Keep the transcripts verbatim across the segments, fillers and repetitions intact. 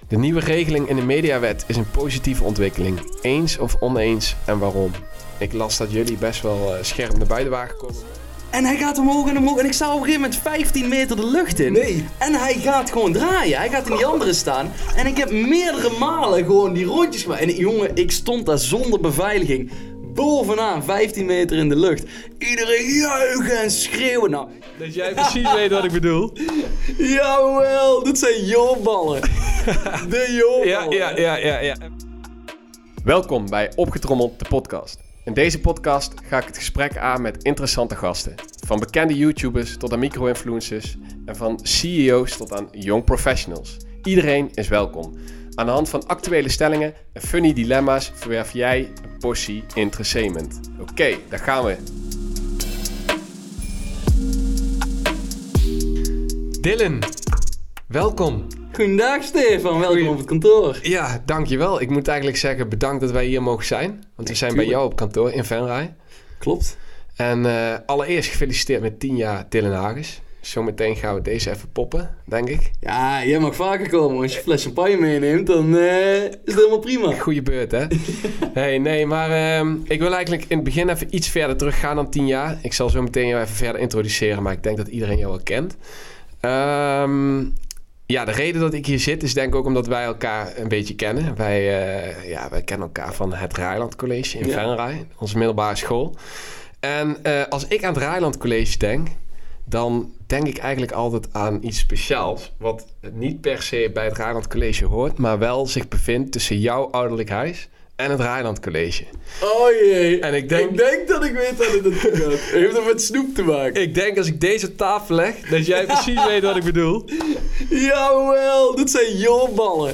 De nieuwe regeling in de mediawet is een positieve ontwikkeling. Eens of oneens en waarom? Ik las dat jullie best wel uh, scherp naar buiten waren gekomen. En hij gaat omhoog en omhoog en ik sta op een gegeven moment vijftien meter de lucht in. Nee. En hij gaat gewoon draaien. Hij gaat in die andere staan. En ik heb meerdere malen gewoon die rondjes gemaakt. En jongen, ik stond daar zonder beveiliging. Bovenaan, vijftien meter in de lucht. Iedereen juichen en schreeuwen. Nou, dat jij precies weet wat ik bedoel. Jawel, dit zijn joballen. De joballen. Ja, ja, ja, ja, ja. Welkom bij Opgetrommeld, de podcast. In deze podcast ga ik het gesprek aan met interessante gasten. Van bekende YouTubers tot aan micro-influencers en van C E O's tot aan young professionals. Iedereen is welkom. Aan de hand van actuele stellingen en funny dilemma's verwerf jij een portie entertainment. Oké, okay, daar gaan we. Dylan, welkom. Goedendag Stefan, welkom Goeie... op het kantoor. Ja, dankjewel. Ik moet eigenlijk zeggen bedankt dat wij hier mogen zijn. Want we zijn bij jou op kantoor in Venray. Klopt. En uh, allereerst gefeliciteerd met tien jaar Dylan Hagens. Zometeen gaan we deze even poppen, denk ik. Ja, jij mag vaker komen. Als je een fles champagne meeneemt, dan uh, is het helemaal prima. Goeie beurt, hè? Hey, nee, maar uh, ik wil eigenlijk in het begin even iets verder teruggaan dan tien jaar. Ik zal zo meteen jou even verder introduceren, maar ik denk dat iedereen jou wel kent. Um, ja, de reden dat ik hier zit is denk ik ook omdat wij elkaar een beetje kennen. Wij, uh, ja, wij kennen elkaar van het Rijland College in ja. Venray, onze middelbare school. En uh, als ik aan het Rijland College denk, dan denk ik eigenlijk altijd aan iets speciaals, wat niet per se bij het Rijland College hoort, maar wel zich bevindt tussen jouw ouderlijk huis en het Rijland College. Oh jee. En ik denk, ik denk dat ik weet wat het naartoe gaat. Heeft het met snoep te maken? Ik denk als ik deze tafel leg, dat jij precies weet wat ik bedoel. Jawel, dit zijn joballen.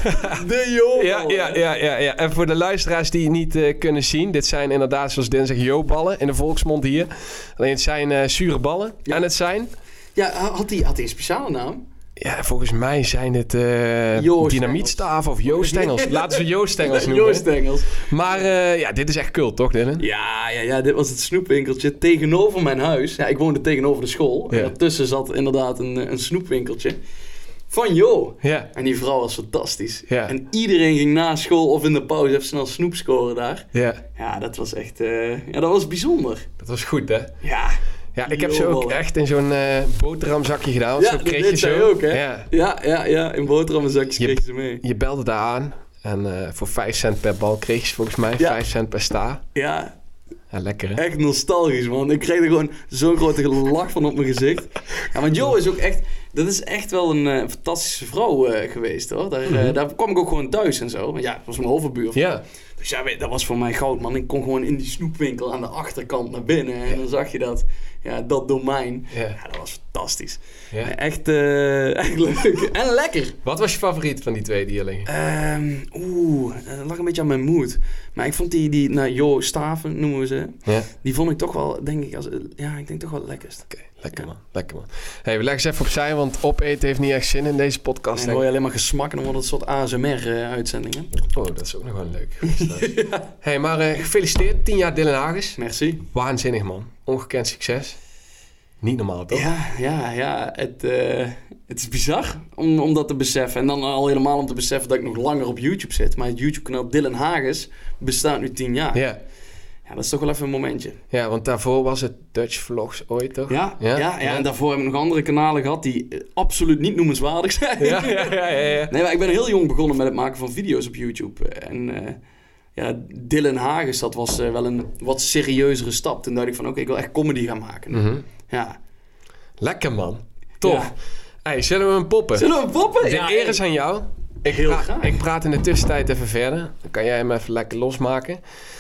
De joballen. Ja, ja, ja, ja, ja. En voor de luisteraars die het niet uh, kunnen zien, dit zijn inderdaad zoals Dylan zegt joballen in de volksmond hier. Alleen het zijn uh, zure ballen. Ja. En het zijn... Ja, had hij had een speciale naam? Ja, volgens mij zijn het uh, dynamietstaven of joostengels. Laten we joostengels noemen. Joostengels. Maar uh, ja, dit is echt cult, toch Dylan? Ja, ja, ja, dit was het snoepwinkeltje tegenover mijn huis. Ja, ik woonde tegenover de school. Ja. En daartussen zat inderdaad een, een snoepwinkeltje. Van Jo. Ja. En die vrouw was fantastisch. Ja. En iedereen ging na school of in de pauze even snel snoep scoren daar. Ja. Ja, dat was echt... Uh, ja, dat was bijzonder. Dat was goed, hè? Ja. Ja, ik heb ze ook echt in zo'n uh, boterhamzakje gedaan. Ja, zo dat kreeg je zij zo. ook, hè? Ja, ja, ja, ja in boterhammenzakjes kreeg je ze mee. Je belde daar aan en uh, voor vijf cent per bal kreeg je ze volgens mij. Ja. vijf cent per sta. Ja. Ja, lekker hè? Echt nostalgisch, man. Ik kreeg er gewoon zo'n grote lach van op mijn gezicht. Ja, want Jo is ook echt... Dat is echt wel een uh, fantastische vrouw uh, geweest, hoor. Daar, uh, mm-hmm. daar kwam ik ook gewoon thuis en zo. Ja, het was mijn overbuur. Ja. Dus ja, dat was voor mij goud, man. Ik kon gewoon in die snoepwinkel aan de achterkant naar binnen. En ja. dan zag je dat, ja, dat domein. Ja. ja, dat was fantastisch. Ja. Echt, uh, echt leuk. En lekker. Wat was je favoriet van die twee die er liggen? Um, Oeh, dat lag een beetje aan mijn mood. Maar ik vond die, die nou, Jo Staven noemen we ze. Ja. Die vond ik toch wel, denk ik, als, ja, ik denk toch wel het lekkerst. Oké, okay, lekker ja. man, lekker man. Hey, we leggen ze even opzij, want opeten heeft niet echt zin in deze podcast. En dan hoor je alleen maar gesmak en dan wordt het een soort A S M R-uitzendingen. Oh, dat is ook nog wel leuk. ja. Hey, maar uh, gefeliciteerd, tien jaar Dylan Hagens. Merci. Waanzinnig man, ongekend succes. Niet normaal, toch? Ja, ja, ja. Het, uh, het is bizar om, om dat te beseffen. En dan al helemaal om te beseffen dat ik nog langer op YouTube zit. Maar het YouTube-kanaal Dylan Hagens bestaat nu tien jaar. Ja. Ja, dat is toch wel even een momentje. Ja, want daarvoor was het Dutch Vlogs ooit, toch? Ja, ja, ja, ja. En daarvoor heb ik nog andere kanalen gehad die uh, absoluut niet noemenswaardig zijn. Ja, ja, ja, ja, ja. Nee, maar ik ben heel jong begonnen met het maken van video's op YouTube. En uh, ja, Dylan Hagens, dat was uh, wel een wat serieuzere stap. Toen dacht ik van, oké, okay, ik wil echt comedy gaan maken. Mm-hmm. Ja. Lekker, man. Tof. Ja. Hey, zullen we hem poppen? Zullen we hem poppen? De ja, eer is aan jou. Ik, heel pra- graag. ik praat in de tussentijd even verder. Dan kan jij hem even lekker losmaken.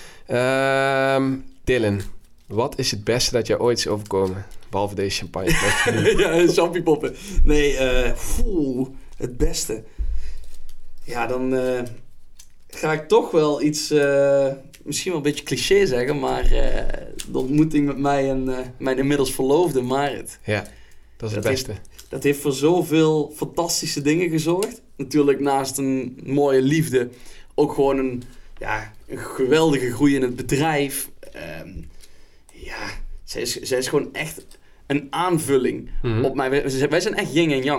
Uh, Dylan, wat is het beste dat jou ooit is overkomen? Behalve deze champagne. Ja, champiepoppen. Nee, uh, oeh, het beste. Ja, dan uh, ga ik toch wel iets... Uh, misschien wel een beetje cliché zeggen, maar uh, de ontmoeting met mij en uh, mijn inmiddels verloofde Marit. Ja, dat is het dat beste. Heeft, dat heeft voor zoveel fantastische dingen gezorgd. Natuurlijk naast een mooie liefde ook gewoon een, ja, een geweldige groei in het bedrijf. Um, ja, zij is, zij is gewoon echt een aanvulling mm-hmm. op mij. Wij zijn echt yin en yang.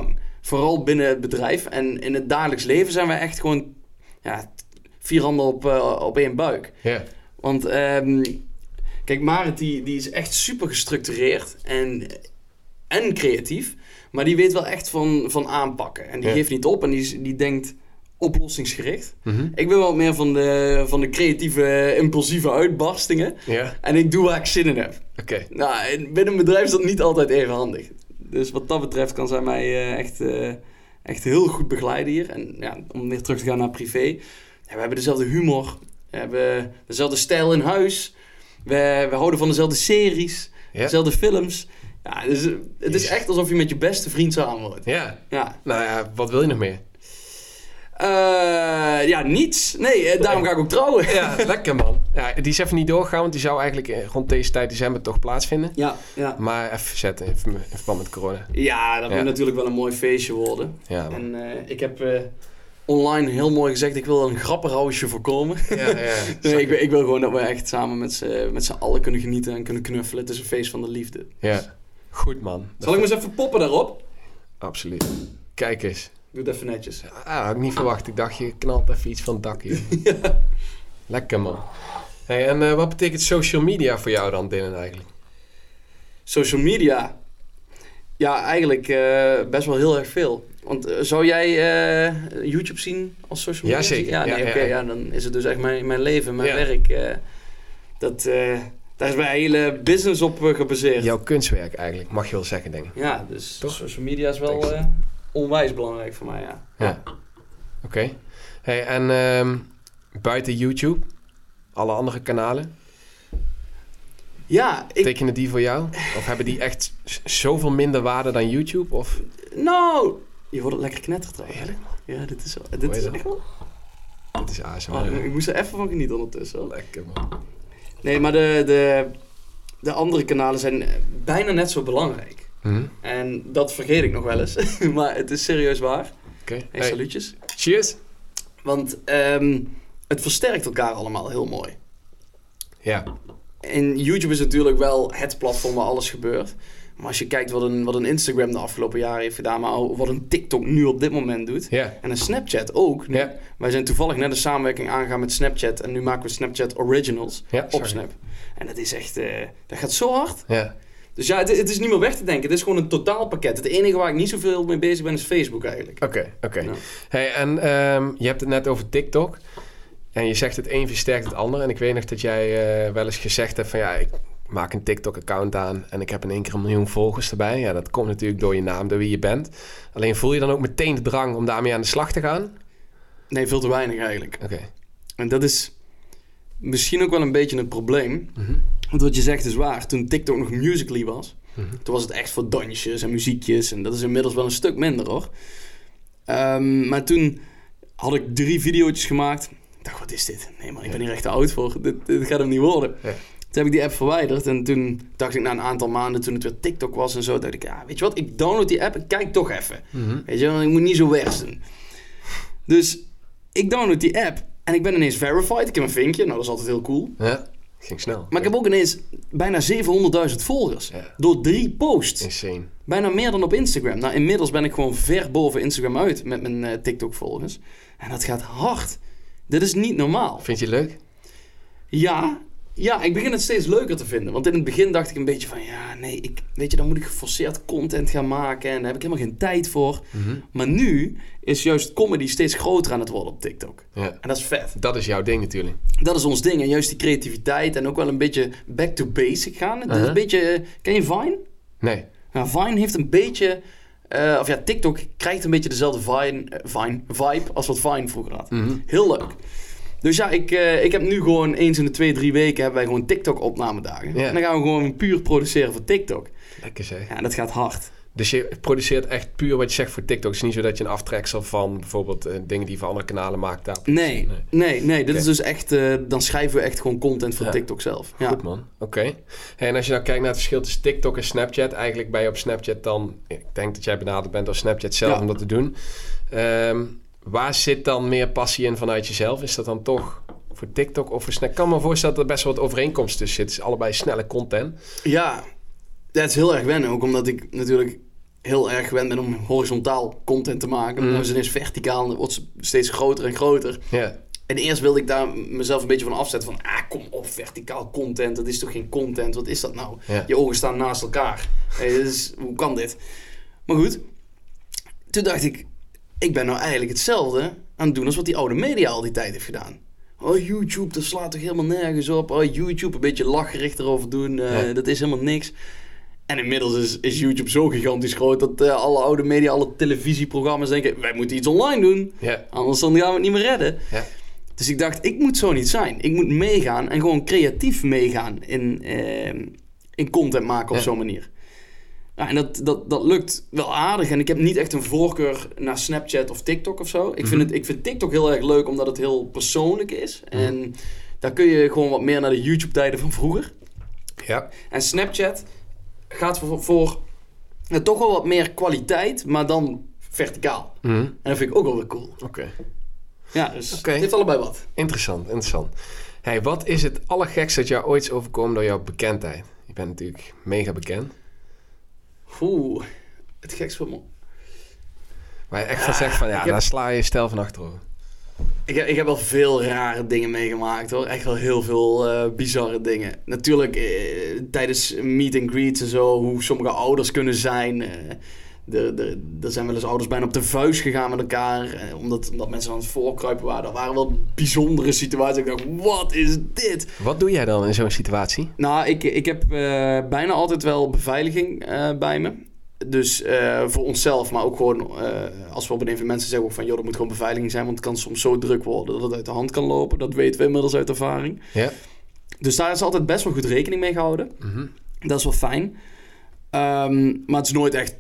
Vooral binnen het bedrijf. En in het dagelijks leven zijn wij echt gewoon ja, vier handen op, uh, op één buik. Ja. Want um, kijk, Marit die, die is echt super gestructureerd en, en creatief. Maar die weet wel echt van, van aanpakken. En die Ja. geeft niet op en die, die denkt oplossingsgericht. Mm-hmm. Ik ben wel meer van de, van de creatieve, impulsieve uitbarstingen. Ja, En ik doe waar ik zin in heb. oké. Okay. Nou, en binnen een bedrijf is dat niet altijd even handig. Dus wat dat betreft kan zij mij uh, echt, uh, echt heel goed begeleiden hier. En ja, om weer terug te gaan naar privé. Ja, we hebben dezelfde humor. We hebben dezelfde stijl in huis. We, we houden van dezelfde series. Ja. Dezelfde films. Ja, dus, het is echt alsof je met je beste vriend samen woont. Ja. Ja. Nou ja, wat wil je nog meer? Uh, ja, niets. Nee, uh, daarom ga ik ook trouwen. Ja, lekker man. Ja, die is even niet doorgegaan, want die zou eigenlijk rond deze tijd december toch plaatsvinden. Ja, ja. Maar even zetten, even in verband met corona. Ja, dat Ja. moet natuurlijk wel een mooi feestje worden. Ja, man. En uh, ik heb uh, online heel mooi gezegd, ik wil er een grappenhuisje voorkomen. Ja, ja. Nee, ik, ik wil gewoon dat we echt samen met z'n, met z'n allen kunnen genieten en kunnen knuffelen. Het is een feest van de liefde. Ja, goed man. Zal ik me eens even poppen daarop? Absoluut. Kijk eens. Doe het even netjes. Ah, had ik niet verwacht. Ik dacht, je knalt even iets van het dak hier. Ja. Lekker man. Hey, en uh, wat betekent social media voor jou dan, Dylan, eigenlijk? Social media? Ja, eigenlijk uh, best wel heel erg veel. Want uh, zou jij uh, YouTube zien als social media? Jazeker. Ja, nee, Ja, oké. ja, ja. Ja, dan is het dus echt mijn, mijn leven, mijn Ja. werk. Uh, dat, uh, daar is mijn hele business op uh, gebaseerd. Jouw kunstwerk eigenlijk, mag je wel zeggen, denk ik. Ja, dus Toch? social media is wel uh, onwijs belangrijk voor mij, ja. Ja. Oké. Okay. Hey, en um, buiten YouTube, alle andere kanalen, Ja, ik... tekenen die voor jou? Of hebben die echt z- zoveel minder waarde dan YouTube? Of? Nou, je wordt het lekker knetter trouwens. Heerlijk, Ja, dit is, wel- Hoor dit je is dat? echt wel... Het is A S M R. Oh, ik moest er even van genieten ondertussen. Hoor. Lekker man. Nee, maar de, de, de andere kanalen zijn bijna net zo belangrijk. Hm? En dat vergeet ik nog wel eens. Maar het is serieus waar. Oké. Hey, Hey, salutjes. cheers. Want um, het versterkt elkaar allemaal heel mooi. Ja. En YouTube is natuurlijk wel het platform waar alles gebeurt. Maar als je kijkt wat een, wat een Instagram de afgelopen jaren heeft gedaan... maar ook wat een TikTok nu op dit moment doet... Ja. en een Snapchat ook. Nu, Ja. Wij zijn toevallig net een samenwerking aangegaan met Snapchat... en nu maken we Snapchat Originals Ja, op sorry. Snap. En dat is echt... Uh, dat gaat zo hard. Ja. Dus ja, het, het is niet meer weg te denken. Het is gewoon een totaalpakket. Het enige waar ik niet zoveel mee bezig ben is Facebook eigenlijk. Oké, okay, oké. Okay. Ja. Hey, en um, je hebt het net over TikTok. En je zegt het een versterkt het ander. En ik weet nog dat jij uh, wel eens gezegd hebt van... ja, ik maak een TikTok-account aan... en ik heb in één keer een miljoen volgers erbij. Ja, dat komt natuurlijk door je naam, door wie je bent. Alleen voel je dan ook meteen de drang om daarmee aan de slag te gaan? Nee, veel te weinig eigenlijk. Oké. Okay. En dat is misschien ook wel een beetje het probleem. Mm-hmm. Want wat je zegt is waar. Toen TikTok nog Musical.ly was... Mm-hmm. toen was het echt voor dansjes en muziekjes. En dat is inmiddels wel een stuk minder hoor. Um, maar toen had ik drie video's gemaakt... Ik dacht, wat is dit? Nee man, ik ben hier echt te oud voor. Dit, dit gaat hem niet worden. Ja. Toen heb ik die app verwijderd. En toen dacht ik na een aantal maanden, toen het weer TikTok was en zo... dacht ik, ja, weet je wat? Ik download die app en kijk toch even. Mm-hmm. Weet je, want ik moet niet zo wersen. Dus ik download die app. En ik ben ineens verified. Ik heb een vinkje. Nou, dat is altijd heel cool. Ja, ging snel. Maar ik heb ook ineens bijna zevenhonderdduizend volgers. Ja. Door drie posts. Insane. Bijna meer dan op Instagram. Nou, inmiddels ben ik gewoon ver boven Instagram uit met mijn uh, TikTok-volgers. En dat gaat hard. Dit is niet normaal. Vind je het leuk? Ja, ja, ik begin het steeds leuker te vinden. Want in het begin dacht ik een beetje van... ja, nee, ik, weet je, dan moet ik geforceerd content gaan maken... en daar heb ik helemaal geen tijd voor. Mm-hmm. Maar nu is juist comedy steeds groter aan het worden op TikTok. Ja. En dat is vet. Dat is jouw ding natuurlijk. Dat is ons ding. En juist die creativiteit en ook wel een beetje back to basic gaan. Het is Uh-huh. een beetje... Ken je Vine? Nee. Nou, Vine heeft een beetje... Uh, of ja, TikTok krijgt een beetje dezelfde Vine, uh, Vine vibe als wat Vine vroeger had. Mm-hmm. Heel leuk. Dus ja, ik, uh, ik heb nu gewoon eens in de twee, drie weken hebben wij gewoon TikTok-opnamedagen. Ja. En dan gaan we gewoon puur produceren voor TikTok. Lekker zeg. Ja, dat gaat hard. Dus je produceert echt puur wat je zegt voor TikTok. Het is niet zo dat je een aftreksel van bijvoorbeeld uh, dingen die je voor andere kanalen maakt. Daar Nee, nee, nee. nee. Dit Okay. is dus echt... Uh, dan schrijven we echt gewoon content voor Ja. TikTok zelf. Ja. Goed man, oké. Okay. Hey, en als je nou kijkt naar het verschil tussen TikTok en Snapchat... eigenlijk ben je op Snapchat dan... ik denk dat jij benaderd bent door Snapchat zelf Ja. om dat te doen. Um, waar zit dan meer passie in vanuit jezelf? Is dat dan toch voor TikTok of voor Snapchat? Ik kan me voorstellen dat er best wel wat overeenkomsten tussen zit. Het is allebei snelle content. Ja, dat is heel erg wennen. Ook omdat ik natuurlijk heel erg gewend ben om horizontaal content te maken. Mm. Dan is het ineens verticaal en dan wordt ze steeds groter en groter. Ja. En eerst wilde ik daar mezelf een beetje van afzetten. Van, ah, kom op, verticaal content. Dat is toch geen content? Wat is dat nou? Ja. Je ogen staan naast elkaar. Hey, dus, hoe kan dit? Maar goed. Toen dacht ik, ik ben nou eigenlijk hetzelfde aan het doen als wat die oude media al die tijd heeft gedaan. Oh, YouTube, dat slaat toch helemaal nergens op. Oh, YouTube, een beetje lacherig erover doen. Uh, ja. Dat is helemaal niks. En inmiddels is, is YouTube zo gigantisch groot dat uh, alle oude media, alle televisieprogramma's denken, wij moeten iets online doen. Ja. Anders dan gaan we het niet meer redden. Ja. Dus ik dacht, ik moet zo niet zijn. Ik moet meegaan en gewoon creatief meegaan in, uh, in content maken op ja. zo'n manier. Ja, en dat, dat, dat lukt wel aardig. En ik heb niet echt een voorkeur naar Snapchat of TikTok of zo. Ik, mm-hmm. vind, het, ik vind TikTok heel erg leuk omdat het heel persoonlijk is. Mm-hmm. En daar kun je gewoon wat meer naar de YouTube-tijden van vroeger. Ja. En Snapchat gaat voor, voor ja, toch wel wat meer kwaliteit, maar dan verticaal. Mm-hmm. En dat vind ik ook wel weer cool. Oké. Okay. Ja, dus okay. het heeft allebei wat. Interessant, interessant. Hey, wat is het allergekste dat jou ooit is overkomen door jouw bekendheid? Je bent natuurlijk mega bekend. Oeh, het gekste van me. Waar je echt van zegt van, ja, heb, daar sla je stijl van achterover. Ik heb, ik heb wel veel rare dingen meegemaakt, hoor. Echt wel heel veel uh, bizarre dingen. Natuurlijk, uh, tijdens meet and greets en zo, hoe sommige ouders kunnen zijn. Uh, er, er, er zijn wel eens ouders bijna op de vuist gegaan met elkaar, uh, omdat, omdat mensen aan het voorkruipen waren. Dat waren wel bijzondere situaties. Ik dacht, wat is dit? Wat doe jij dan in zo'n situatie? Nou, ik, ik heb uh, bijna altijd wel beveiliging uh, bij me. Dus uh, voor onszelf, maar ook gewoon uh, als we op een evenement zeggen van, joh, er moet gewoon beveiliging zijn, want het kan soms zo druk worden dat het uit de hand kan lopen. Dat weten we inmiddels uit ervaring. Ja. Dus daar is altijd best wel goed rekening mee gehouden. Mm-hmm. Dat is wel fijn. Um, maar het is nooit echt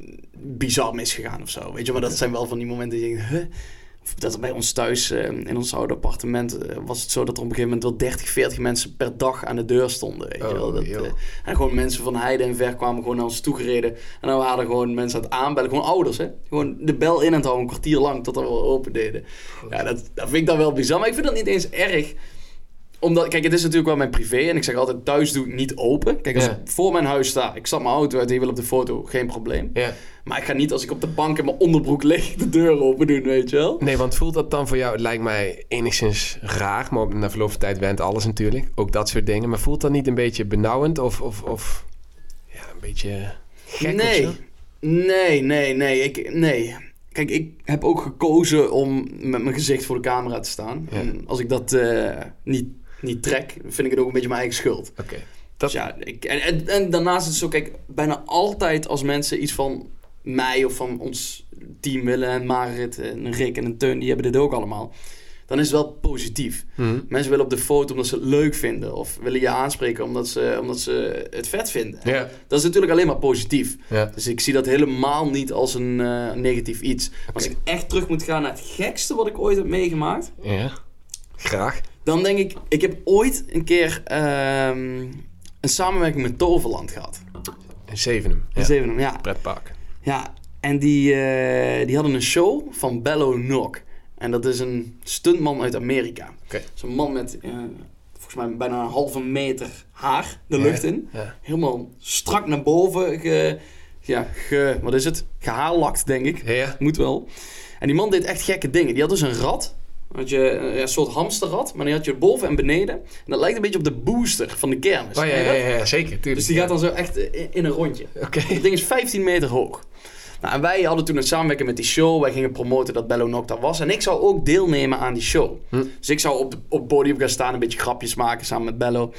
bizar misgegaan of zo. Weet je, maar dat zijn wel van die momenten die je denkt, huh? Of dat er bij ons thuis, uh, in ons oude appartement, uh, was het zo dat er op een gegeven moment wel dertig, veertig mensen per dag aan de deur stonden. Weet je oh, wel? Dat, uh, en gewoon mensen van heide en ver kwamen gewoon naar ons toegereden. En dan waren er gewoon mensen aan het aanbellen. Gewoon ouders, hè. Gewoon de bel in aan het houden, een kwartier lang, tot we wel open deden. Ja, dat, dat vind ik dan wel bizar. Maar ik vind dat niet eens erg. Omdat, kijk, het is natuurlijk wel mijn privé. En ik zeg altijd, thuis doe ik niet open. Kijk, als ja. ik voor mijn huis sta, ik stap mijn auto uit en je wil op de foto, geen probleem. Ja. Maar ik ga niet als ik op de bank in mijn onderbroek lig de deur open doen, weet je wel. Nee, want voelt dat dan voor jou, het lijkt mij enigszins raar, maar na verloop van tijd went alles natuurlijk. Ook dat soort dingen. Maar voelt dat niet een beetje benauwend of, of, of ja, een beetje gek nee. of zo? Nee, nee, nee. Ik, nee. Kijk, ik heb ook gekozen om met mijn gezicht voor de camera te staan. Ja. En als ik dat uh, niet, niet trek, vind ik het ook een beetje mijn eigen schuld. Oké. Okay. Dat... Dus ja, ik, en, en, en daarnaast is het zo, kijk, bijna altijd als mensen iets van mij of van ons team willen, en Marit en Rick en Teun, die hebben dit ook allemaal, dan is het wel positief. Mm-hmm. Mensen willen op de foto omdat ze het leuk vinden of willen je aanspreken omdat ze, omdat ze het vet vinden. Yeah. Dat is natuurlijk alleen maar positief. Yeah. Dus ik zie dat helemaal niet als een uh, negatief iets. Okay. Als ik echt terug moet gaan naar het gekste wat ik ooit heb meegemaakt, ja, graag. Dan denk ik, ik heb ooit een keer uh, een samenwerking met Toverland gehad. In Zevenum. In ja. Zevenum, ja. Pretpark. Ja, en die, uh, die hadden een show van Bello Nock. En dat is een stuntman uit Amerika. Okay. Zo'n man met, uh, volgens mij bijna een halve meter haar de lucht ja. in. Ja. Helemaal strak naar boven. Ge, ja, ge, wat is het? Gehaarlakt, denk ik. Ja. Moet wel. En die man deed echt gekke dingen. Die had dus een rat. Had je een, een soort hamsterrad, maar die had je boven en beneden. En dat lijkt een beetje op de booster van de kermis. Oh ja, ja, ja, ja zeker. Tuurlijk. Dus die gaat dan zo echt in, in een rondje. Oké. Het ding is vijftien meter hoog. Nou, en wij hadden toen een samenwerking met die show. Wij gingen promoten dat Bello Nock daar was. En ik zou ook deelnemen aan die show. Hm. Dus ik zou op, de, op het podium gaan staan, een beetje grapjes maken samen met Bello.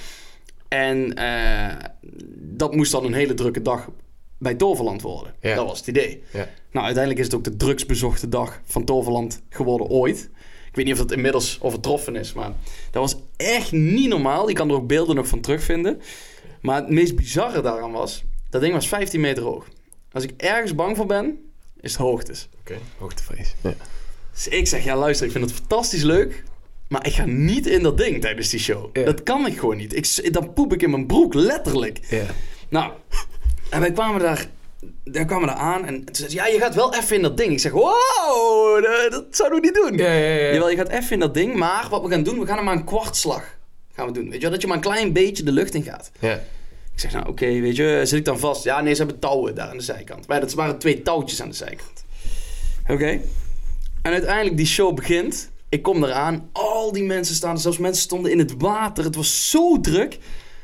En uh, dat moest dan een hele drukke dag bij Toverland worden. Ja. Dat was het idee. Ja. Nou, uiteindelijk is het ook de drugsbezochte dag van Toverland geworden ooit. Ik weet niet of dat inmiddels overtroffen is, maar dat was echt niet normaal. Je kan er ook beelden nog van terugvinden. Maar het meest bizarre daaraan was, dat ding was vijftien meter hoog. Als ik ergens bang voor ben, is het hoogtes. Oké, okay, hoogtevrees. Ja. Dus ik zeg, ja luister, ik vind het fantastisch leuk, maar ik ga niet in dat ding tijdens die show. Ja. Dat kan ik gewoon niet. Ik, dan poep ik in mijn broek, letterlijk. Ja. Nou, en wij kwamen daar... Daar kwamen we aan en toen zei ze, ja, je gaat wel even in dat ding. Ik zeg, wow, dat, dat zouden we niet doen. Ja, ja, ja. Jawel, je gaat even in dat ding, maar wat we gaan doen, we gaan er maar een kwartslag gaan we doen. Weet je wel, dat je maar een klein beetje de lucht in gaat. Ja. Ik zeg, nou oké, okay, weet je, zit ik dan vast? Ja, nee, ze hebben touwen daar aan de zijkant. Maar dat waren twee touwtjes aan de zijkant. Oké. Okay. En uiteindelijk die show begint. Ik kom eraan. Al die mensen staan, zelfs mensen stonden in het water. Het was zo druk.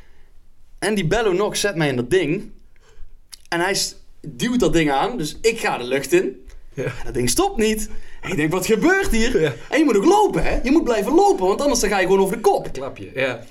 En die Bello Nox zet mij in dat ding. En hij duwt dat ding aan. Dus ik ga de lucht in. Ja. En dat ding stopt niet. En ik denk, wat gebeurt hier? Ja. En je moet ook lopen, hè? Je moet blijven lopen, want anders dan ga je gewoon over de kop. Een klapje, ja.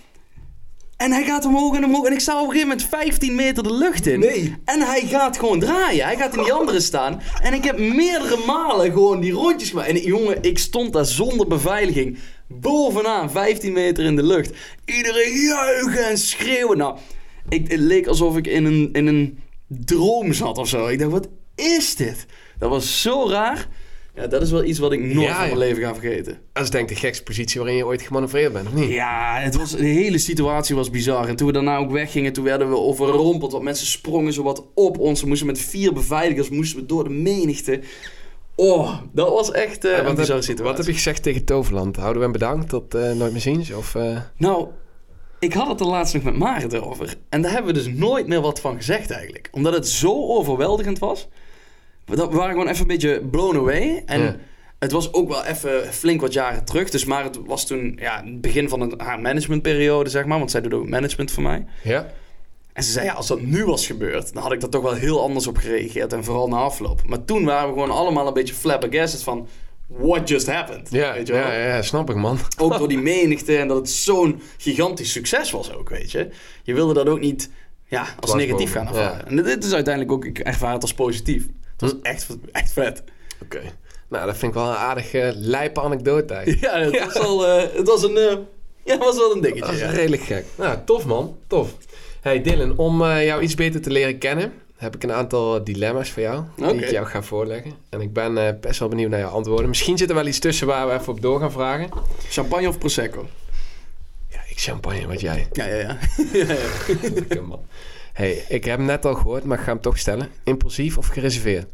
En hij gaat omhoog en omhoog. En ik sta op een gegeven moment vijftien meter de lucht in. Nee. En hij gaat gewoon draaien. Hij gaat in die andere staan. En ik heb meerdere malen gewoon die rondjes gemaakt. En jongen, ik stond daar zonder beveiliging. Bovenaan, vijftien meter in de lucht. Iedereen juichen en schreeuwen. Nou, ik, het leek alsof ik in een, in een droom zat of zo. Ik dacht, wat is dit? Dat was zo raar. Ja, dat is wel iets wat ik nooit ja, van mijn ja. leven ga vergeten. Dat is denk ik de gekste positie waarin je ooit gemanoeuvreerd bent, of niet? Ja, het was, de hele situatie was bizar. En toen we daarna ook weggingen, toen werden we overrompeld. Want mensen sprongen zo wat op ons. We moesten met vier beveiligers moesten we door de menigte. Oh, dat was echt uh, een bizarre situatie. Wat heb je gezegd tegen Toverland? Houden we hem bedankt tot uh, nooit meer ziens? Of, uh... Nou, ik had het er laatst nog met Marit over. En daar hebben we dus nooit meer wat van gezegd eigenlijk. Omdat het zo overweldigend was. We waren gewoon even een beetje blown away. En ja. het was ook wel even flink wat jaren terug. Dus maar het was toen ja, het begin van een, haar managementperiode, zeg maar. Want zij doet ook management voor mij. Ja. En ze zei, ja, als dat nu was gebeurd, dan had ik daar toch wel heel anders op gereageerd. En vooral na afloop. Maar toen waren we gewoon allemaal een beetje flabbergasted van... What just happened? Ja, weet je wel? Ja, ja, snap ik, man. Ook door die menigte en dat het zo'n gigantisch succes was ook, weet je. Je wilde dat ook niet ja, als negatief gaan ervaren. Ja. En dit is uiteindelijk ook, ik ervaar het als positief. Het was echt, echt vet. Oké. Okay. Nou, dat vind ik wel een aardige lijpe anekdote eigenlijk. Ja, het, ja. Was, al, uh, het was een... Uh, ja, het was wel een dingetje. Dat was ja. redelijk gek. Nou, tof man. Tof. Hey Dylan, om uh, jou iets beter te leren kennen... heb ik een aantal dilemma's voor jou. Okay. Die ik jou ga voorleggen. En ik ben uh, best wel benieuwd naar jouw antwoorden. Misschien zit er wel iets tussen waar we even op door gaan vragen. Champagne of Prosecco? Ja, ik champagne. Wat jij? Ja, ja, ja. ja, ja. Lekker man. Hey, ik heb hem net al gehoord, maar ik ga hem toch stellen. Impulsief of gereserveerd?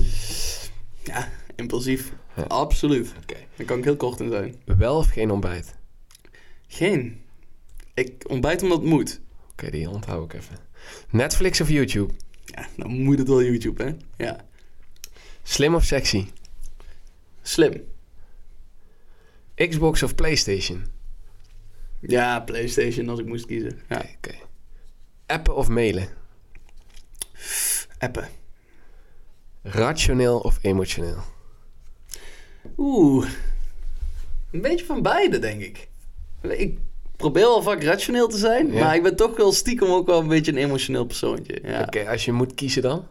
Ja, impulsief. Ja. Absoluut. Okay. Daar kan ik heel kort in zijn. Wel of geen ontbijt? Geen. Ik ontbijt omdat het moet. Oké, okay, die onthoud ik even. Netflix of YouTube? Ja, dan moet het wel YouTube, hè? Ja. Slim of sexy? Slim. Xbox of PlayStation? Ja, PlayStation als ik moest kiezen. Ja. Oké. Okay. Appen of mailen? Appen. Rationeel of emotioneel? Oeh. Een beetje van beide, denk ik. Ik probeer wel vaak rationeel te zijn, ja. maar ik ben toch wel stiekem ook wel een beetje een emotioneel persoontje. Ja. Oké, okay, als je moet kiezen dan?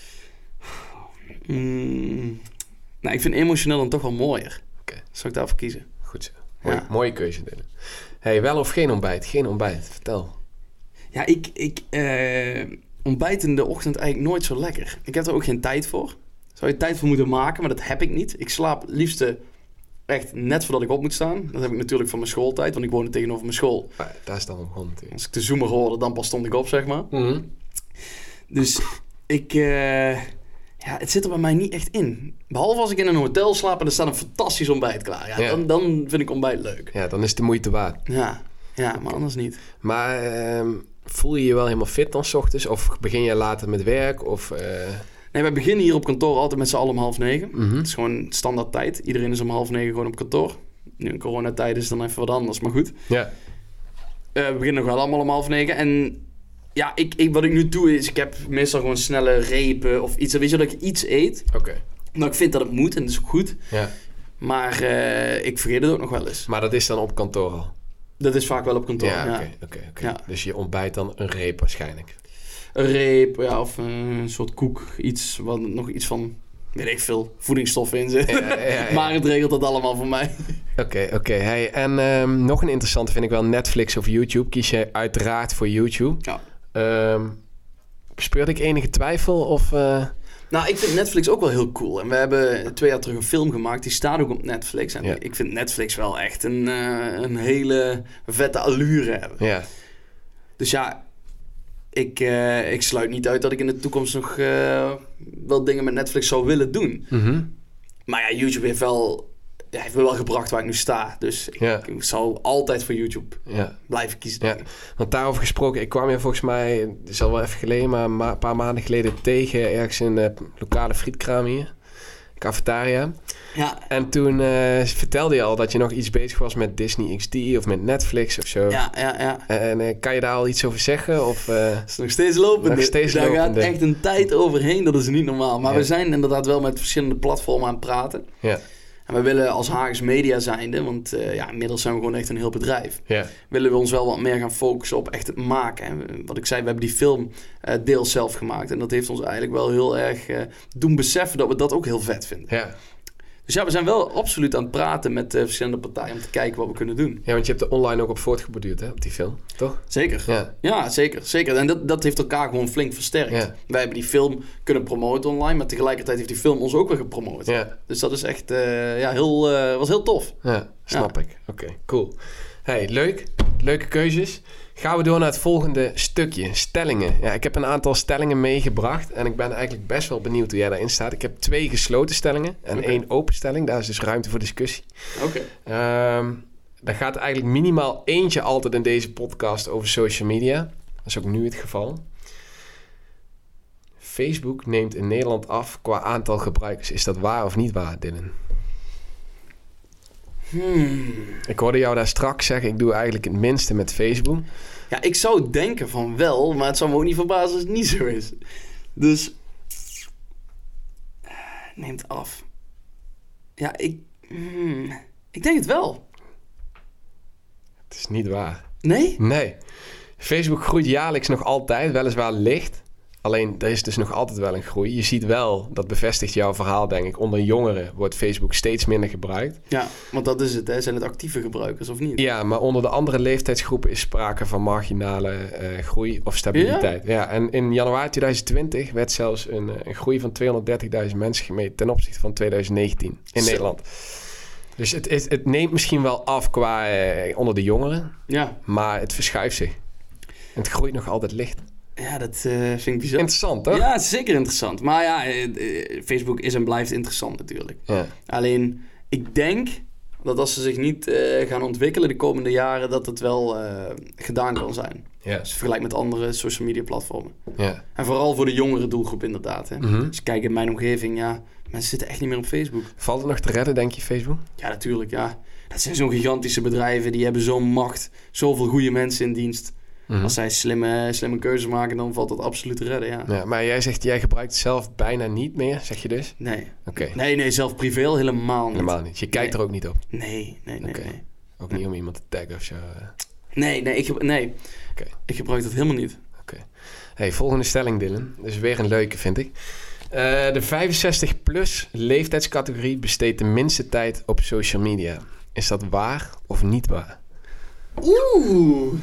Mm, nou, ik vind emotioneel dan toch wel mooier. Oké. Okay. Zal ik daarvoor kiezen? Goed zo. Mooie, ja. mooie keuze, Dylan. Hey, wel of geen ontbijt? Geen ontbijt, vertel. Ja, ik, ik uh, ontbijt in de ochtend eigenlijk nooit zo lekker. Ik heb er ook geen tijd voor. Zou je tijd voor moeten maken, maar dat heb ik niet. Ik slaap liefst echt net voordat ik op moet staan. Dat heb ik natuurlijk van mijn schooltijd, want ik woonde tegenover mijn school. Ah, daar is dan op grond natuurlijk. Als ik de zoomer hoorde, dan pas stond ik op, zeg maar. Mm-hmm. Dus ik... Uh, ja, het zit er bij mij niet echt in. Behalve als ik in een hotel slaap en er staat een fantastisch ontbijt klaar. Ja, ja. Dan, dan vind ik ontbijt leuk. Ja, dan is het de moeite waard. Ja, ja maar anders niet. Maar uh, voel je je wel helemaal fit dan 's ochtends? Of begin je later met werk? Of... Uh... Nee, wij beginnen hier op kantoor altijd met z'n allen om half negen. Mm-hmm. Het is gewoon standaard tijd. Iedereen is om half negen gewoon op kantoor. Nu in coronatijd is het dan even wat anders, maar goed. Ja. Uh, we beginnen nog wel allemaal om half negen. En ja, ik, ik, wat ik nu doe is, ik heb meestal gewoon snelle repen of iets. Weet je, dat ik iets eet. Oké. Okay. Nou, ik vind dat het moet en dat is goed. Ja. Maar uh, ik vergeet het ook nog wel eens. Maar dat is dan op kantoor al? Dat is vaak wel op kantoor, ja. Ja, oké. Okay, okay, okay. ja. Dus je ontbijt dan een reep waarschijnlijk? Een reep, ja, of een soort koek. Iets, wat nog iets van, weet ik veel, voedingsstoffen in zit. Ja, ja, ja, ja. Maar het regelt dat allemaal voor mij. Oké, okay, oké. Okay. Hey, en um, nog een interessante vind ik wel, Netflix of YouTube. Kies je uiteraard voor YouTube. Ja. Um, bespeurde ik enige twijfel of... Uh... Nou, ik vind Netflix ook wel heel cool. En we hebben twee jaar terug een film gemaakt. Die staat ook op Netflix. En ja. ik vind Netflix wel echt een, uh, een hele vette allure hebben. Ja. Dus ja, ik, uh, ik sluit niet uit dat ik in de toekomst nog uh, wel dingen met Netflix zou willen doen. Mm-hmm. Maar ja, YouTube heeft wel ja, heeft me wel gebracht waar ik nu sta. Dus ik, Ja. ik zal altijd voor YouTube Ja. blijven kiezen. Ja, want daarover gesproken, ik kwam je volgens mij, het is al wel even geleden, maar een ma- paar maanden geleden tegen ergens in een lokale frietkraam hier, cafetaria. Ja, En toen uh, vertelde je al dat je nog iets bezig was met Disney X D of met Netflix of zo. ja, ja. ja. En uh, kan je daar al iets over zeggen? Of, uh... Het is nog steeds lopende. Nog steeds Daar lopende. gaat echt een tijd overheen, dat is niet normaal. Maar Ja. we zijn inderdaad wel met verschillende platformen aan het praten. Ja, En we willen als Hagens Media zijnde, want uh, ja, inmiddels zijn we gewoon echt een heel bedrijf. ja, Willen we ons wel wat meer gaan focussen op echt het maken. En wat ik zei, we hebben die film uh, deels zelf gemaakt. En dat heeft ons eigenlijk wel heel erg uh, doen beseffen dat we dat ook heel vet vinden. ja. Dus ja, we zijn wel absoluut aan het praten met uh, verschillende partijen om te kijken wat we kunnen doen. Ja, want je hebt er online ook op voortgeborduurd, hè, op die film, toch? Zeker. Ja, Ja, zeker. zeker. En dat, dat heeft elkaar gewoon flink versterkt. Ja. Wij hebben die film kunnen promoten online, maar tegelijkertijd heeft die film ons ook weer gepromoot. ja, Dus dat is echt, uh, ja, heel, uh, was heel tof. ja, snap ik. Oké, cool. Hey, leuk. Leuke keuzes. Gaan we door naar het volgende stukje. Stellingen. Ja, ik heb een aantal stellingen meegebracht. En ik ben eigenlijk best wel benieuwd hoe jij daarin staat. Ik heb twee gesloten stellingen en Oké. één open stelling. Daar is dus ruimte voor discussie. Oké. Ehm daar gaat eigenlijk minimaal eentje altijd in deze podcast over social media. Dat is ook nu het geval. Facebook neemt in Nederland af qua aantal gebruikers. Is dat waar of niet waar, Dylan? Hmm. Ik hoorde jou daar straks zeggen, ik doe eigenlijk het minste met Facebook. Ja, ik zou denken van wel, maar het zou me ook niet verbazen als het niet zo is. Dus, neemt af. Ja, ik, hmm, ik denk het wel. Het is niet waar. Nee? Nee. Facebook groeit jaarlijks nog altijd, weliswaar licht. Alleen, er is dus nog altijd wel een groei. Je ziet wel, dat bevestigt jouw verhaal, denk ik. Onder jongeren wordt Facebook steeds minder gebruikt. Ja, want dat is het, hè. Zijn het actieve gebruikers of niet? Ja, maar onder de andere leeftijdsgroepen is sprake van marginale uh, groei of stabiliteit. Ja? Ja, en in januari twintig twintig werd zelfs een, een groei van tweehonderddertigduizend mensen gemeten ten opzichte van twintig negentien in Zo. Nederland. Dus het, het, het neemt misschien wel af qua uh, onder de jongeren, Ja, maar het verschuift zich. En het groeit nog altijd licht. ja dat uh, vind ik bizar. Interessant, toch? Ja, het is zeker interessant. Maar ja, eh, eh, Facebook is en blijft interessant natuurlijk. Ja. Alleen, ik denk dat als ze zich niet uh, gaan ontwikkelen de komende jaren, dat het wel uh, gedaan kan zijn. Ja. Dus vergelijk met andere social media platformen. Ja. En vooral voor de jongere doelgroep inderdaad. Hè. Mm-hmm. Als ik kijk in mijn omgeving, ja, mensen zitten echt niet meer op Facebook. Valt het nog te redden, denk je, Facebook? Ja, natuurlijk, ja. Dat zijn zo'n gigantische bedrijven, die hebben zo'n macht, zoveel goede mensen in dienst. Mm-hmm. Als zij slimme, slimme keuzes maken, dan valt dat absoluut te redden, ja. Ja, maar jij zegt, jij gebruikt het zelf bijna niet meer, zeg je dus? Nee. Oké, Nee, nee, zelf privé al helemaal niet. helemaal niet. Je kijkt Nee. er ook niet op. Nee, nee, nee, Oké. nee. Ook niet om iemand te taggen of zo. Nee, nee, ik, ge- nee. Oké. ik gebruik dat helemaal niet. Hey, volgende stelling, Dylan. Dus weer een leuke, vind ik. Uh, de vijfenzestig plus leeftijdscategorie besteedt de minste tijd op social media. Is dat waar of niet waar? Oeh.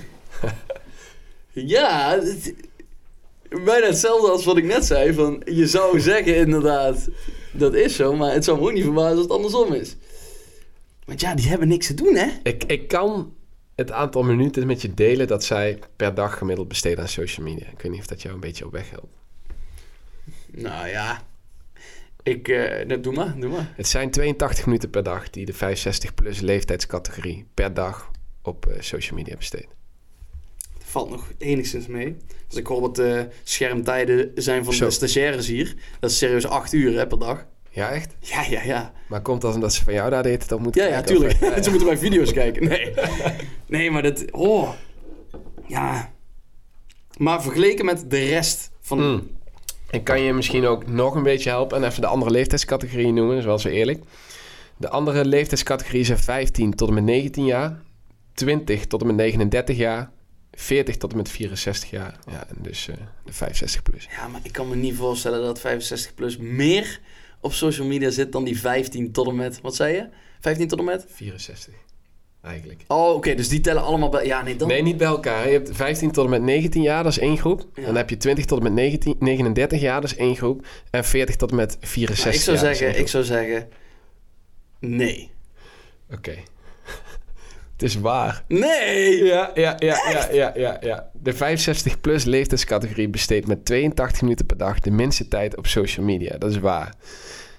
Ja, het- bijna hetzelfde als wat ik net zei. Van, je zou zeggen inderdaad, dat is zo, maar het zou me ook niet verbazen als het andersom is. Want ja, die hebben niks te doen, hè? Ik, ik kan het aantal minuten met je delen dat zij per dag gemiddeld besteden aan social media. Ik weet niet of dat jou een beetje op weg helpt. Nou ja, ik, uh, nou, doe maar, doe maar. Het zijn tweeëntachtig minuten per dag die de vijfenzestig plus leeftijdscategorie per dag op uh, social media besteedt. Dat valt nog enigszins mee. Als ik hoor wat de schermtijden zijn van Zo. de stagiaires hier, dat is serieus acht uur hè, per dag. Ja, echt? Ja, ja, ja. Maar komt dat omdat ze van jou daar de hele tijd op moeten Ja, ja, kijken? tuurlijk. Of, uh, Ze moeten bij video's kijken. Nee. Nee, maar dat... Oh. Ja. Maar vergeleken met de rest van... Mm. Ik kan je misschien ook nog een beetje helpen en even de andere leeftijdscategorieën noemen, zoals we eerlijk. De andere leeftijdscategorieën zijn vijftien tot en met negentien jaar, twintig tot en met negenendertig jaar, veertig tot en met vierenzestig jaar. Ja, en dus uh, de vijfenzestig plus. Ja, maar ik kan me niet voorstellen dat vijfenzestig plus meer op social media zit dan die vijftien tot en met... Wat zei je? vijftien tot en met? vierenzestig, eigenlijk. Oh, oké. Okay, dus die tellen allemaal bij... Ja, nee, dan... Nee, niet bij elkaar. Je hebt vijftien tot en met negentien jaar, dat is één groep. Ja. Dan heb je twintig tot en met negentien, negenendertig jaar, dat is één groep. En veertig tot en met vierenzestig Maar ik zou jaar. dat is zeggen, één ik zou zeggen... Nee. groep. Oké. Het is waar. Nee! Ja, ja, ja, ja, ja, ja, ja. De vijfenzestig plus leeftijdscategorie besteedt met tweeëntachtig minuten per dag de minste tijd op social media. Dat is waar.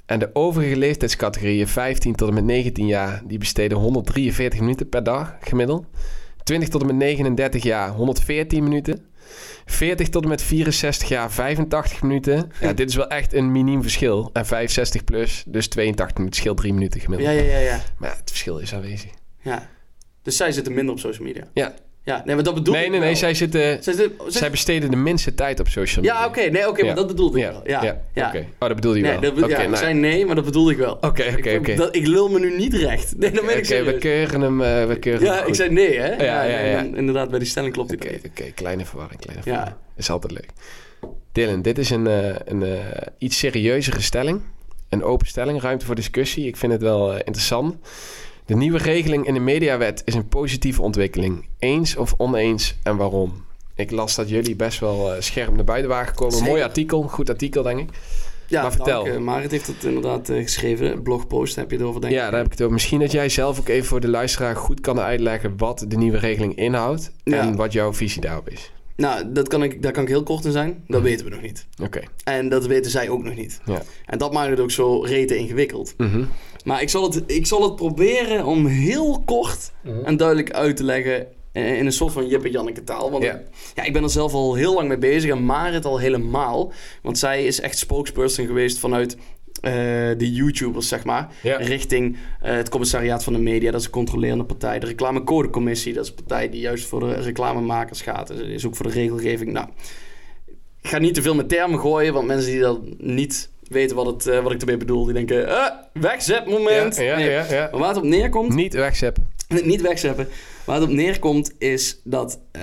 En de overige leeftijdscategorieën, vijftien tot en met negentien jaar, die besteden honderddrieënveertig minuten per dag gemiddeld. twintig tot en met negenendertig jaar, honderdveertien minuten. veertig tot en met vierenzestig jaar, vijfentachtig minuten. Ja, dit is wel echt een miniem verschil. En vijfenzestig plus, dus tweeëntachtig minuten, scheelt drie minuten gemiddeld. Ja, ja, ja, ja. Maar ja, het verschil is aanwezig. Ja. Dus zij zitten minder op social media. Ja. Ja, nee, maar dat bedoel nee, ik nee, wel. nee, zij zitten... Zij, zitten, zij... zij besteden de minste tijd op social media. Ja, oké, okay, nee, oké, okay, ja. maar dat bedoelde ik ja. wel. Ja, ja. ja. Oké. Okay. Oh, dat bedoelde je nee, wel. Dat be- okay, ja, ik nou. zei nee, maar dat bedoelde ik wel. Oké, okay, oké, okay, oké. Okay. Ik lul me nu niet recht. Nee, dan ben ik Oké, okay, we keuren hem, uh, we keuren Ja, hem ik zei nee, hè? Ja, ja, ja, ja. Dan, inderdaad, bij die stelling klopt Oké, het oké, okay, kleine verwarring, kleine ja. verwarring. Is altijd leuk. Dylan, dit is een, uh, een uh, iets serieuzere stelling. Een open stelling, ruimte voor discussie. Ik vind het wel uh, interessant. De nieuwe regeling in de mediawet is een positieve ontwikkeling. Eens of oneens en waarom? Ik las dat jullie best wel uh, scherp naar buiten waren gekomen. Een mooi artikel, goed artikel denk ik. Ja, maar vertel. Dank, uh, Marit heeft het inderdaad uh, geschreven. Een blogpost heb je erover, denk ik. Ja, daar heb ik het over. Misschien dat jij zelf ook even voor de luisteraar goed kan uitleggen wat de nieuwe regeling inhoudt. Ja. En wat jouw visie daarop is. Nou, dat kan ik, daar kan ik heel kort in zijn. Dat mm-hmm. weten we nog niet. Oké. Okay. En dat weten zij ook nog niet. Ja. En dat maakt het ook zo rete ingewikkeld. Mm-hmm. Maar ik zal, het, ik zal het proberen om heel kort mm-hmm. en duidelijk uit te leggen in een soort van Jip en Janneke taal. Want ja. ja, ik ben er zelf al heel lang mee bezig en Marit al helemaal. Want zij is echt spokesperson geweest vanuit uh, de YouTubers, zeg maar. Ja. Richting uh, het commissariaat van de media, dat is een controlerende partij. De reclamecodecommissie, dat is een partij die juist voor de reclamemakers gaat. Dat is ook voor de regelgeving. Nou, ik ga niet te veel met termen gooien, want mensen die dat niet weten wat, het, uh, wat ik ermee bedoel, die denken, uh, wegzetmoment. Ja, ja, nee. ja, ja. Maar waar het op neerkomt... Niet wegzeppen. Niet wegzeppen. Waar het op neerkomt is dat uh,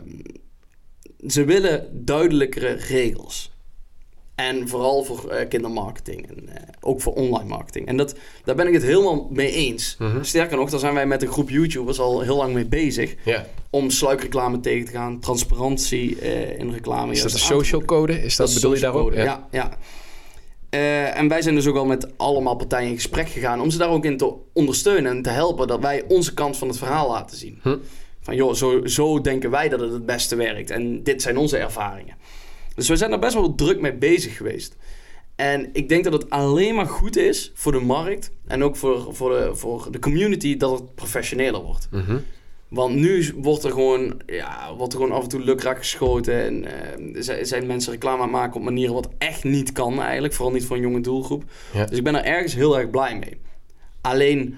ze willen duidelijkere regels. En vooral voor uh, kindermarketing en uh, ook voor online marketing. En dat, daar ben ik het helemaal mee eens. Mm-hmm. Sterker nog, daar zijn wij met een groep YouTubers al heel lang mee bezig. Yeah. Om sluikreclame tegen te gaan, transparantie uh, in reclame. Is dat de social code? Is dat, dat bedoel je daarop? Ja, ja. ja. Uh, en wij zijn dus ook al met allemaal partijen in gesprek gegaan om ze daar ook in te ondersteunen en te helpen dat wij onze kant van het verhaal laten zien. Hm. Van joh, zo, zo denken wij dat het het beste werkt en dit zijn onze ervaringen. Dus we zijn daar best wel druk mee bezig geweest. En ik denk dat het alleen maar goed is voor de markt en ook voor, voor, de, voor de community dat het professioneler wordt. Mm-hmm. Want nu wordt er gewoon, ja, wordt er gewoon af en toe lukraak geschoten. En uh, zijn mensen reclame aan het maken op manieren wat echt niet kan eigenlijk. Vooral niet voor een jonge doelgroep. Ja. Dus ik ben er ergens heel erg blij mee. Alleen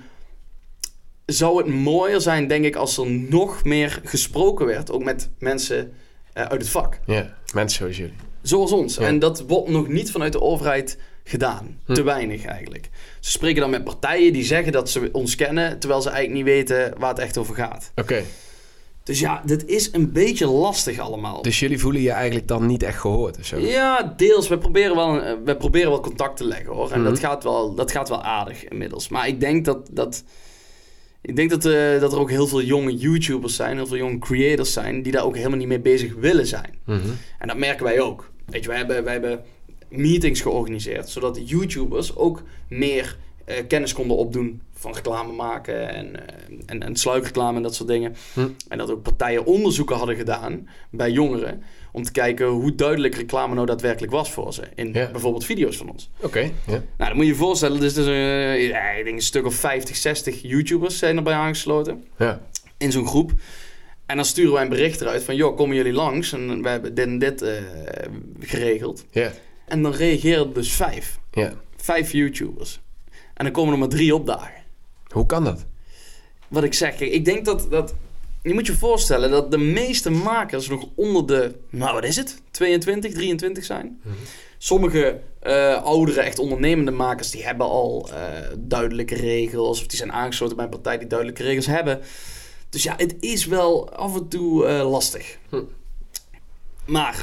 zou het mooier zijn, denk ik, als er nog meer gesproken werd. Ook met mensen uh, uit het vak. Ja, mensen zoals jullie. Zoals ons. Ja. En dat wordt nog niet vanuit de overheid gedaan. Hm. Te weinig eigenlijk. Ze spreken dan met partijen die zeggen dat ze ons kennen, terwijl ze eigenlijk niet weten waar het echt over gaat. Oké. Okay. Dus ja, dit is een beetje lastig allemaal. Dus jullie voelen je eigenlijk dan niet echt gehoord of zo? Ja, deels. We proberen wel, we proberen wel contact te leggen hoor. En mm-hmm. dat, gaat wel, dat gaat wel aardig inmiddels. Maar ik denk dat... dat Ik denk dat, uh, dat er ook heel veel jonge YouTubers zijn, heel veel jonge creators zijn, die daar ook helemaal niet mee bezig willen zijn. Mm-hmm. En dat merken wij ook. Weet je, wij hebben, wij hebben meetings georganiseerd, zodat YouTubers ook meer uh, kennis konden opdoen van reclame maken en, uh, en, en sluikreclame en dat soort dingen. Mm. En dat ook partijen onderzoeken hadden gedaan bij jongeren, om te kijken hoe duidelijk reclame nou daadwerkelijk was voor ze. In yeah. bijvoorbeeld video's van ons. Oké, okay, yeah. Nou, dan moet je je voorstellen, dus, dus uh, ja, ik denk een stuk of vijftig, zestig YouTubers zijn erbij aangesloten. Yeah. In zo'n groep. En dan sturen wij een bericht eruit van, joh, komen jullie langs? En we hebben dit en dit uh, geregeld. Yeah. En dan reageren er dus vijf. Yeah. Vijf YouTubers. En dan komen er maar drie opdagen. Hoe kan dat? Wat ik zeg, kijk, ik denk dat... dat je moet je voorstellen dat de meeste makers nog onder de, nou wat is het, tweeëntwintig, drieëntwintig zijn. Mm-hmm. Sommige uh, oudere, echt ondernemende makers, die hebben al uh, duidelijke regels. Of die zijn aangesloten bij een partij die duidelijke regels hebben. Dus ja, het is wel af en toe uh, lastig. Hm. Maar,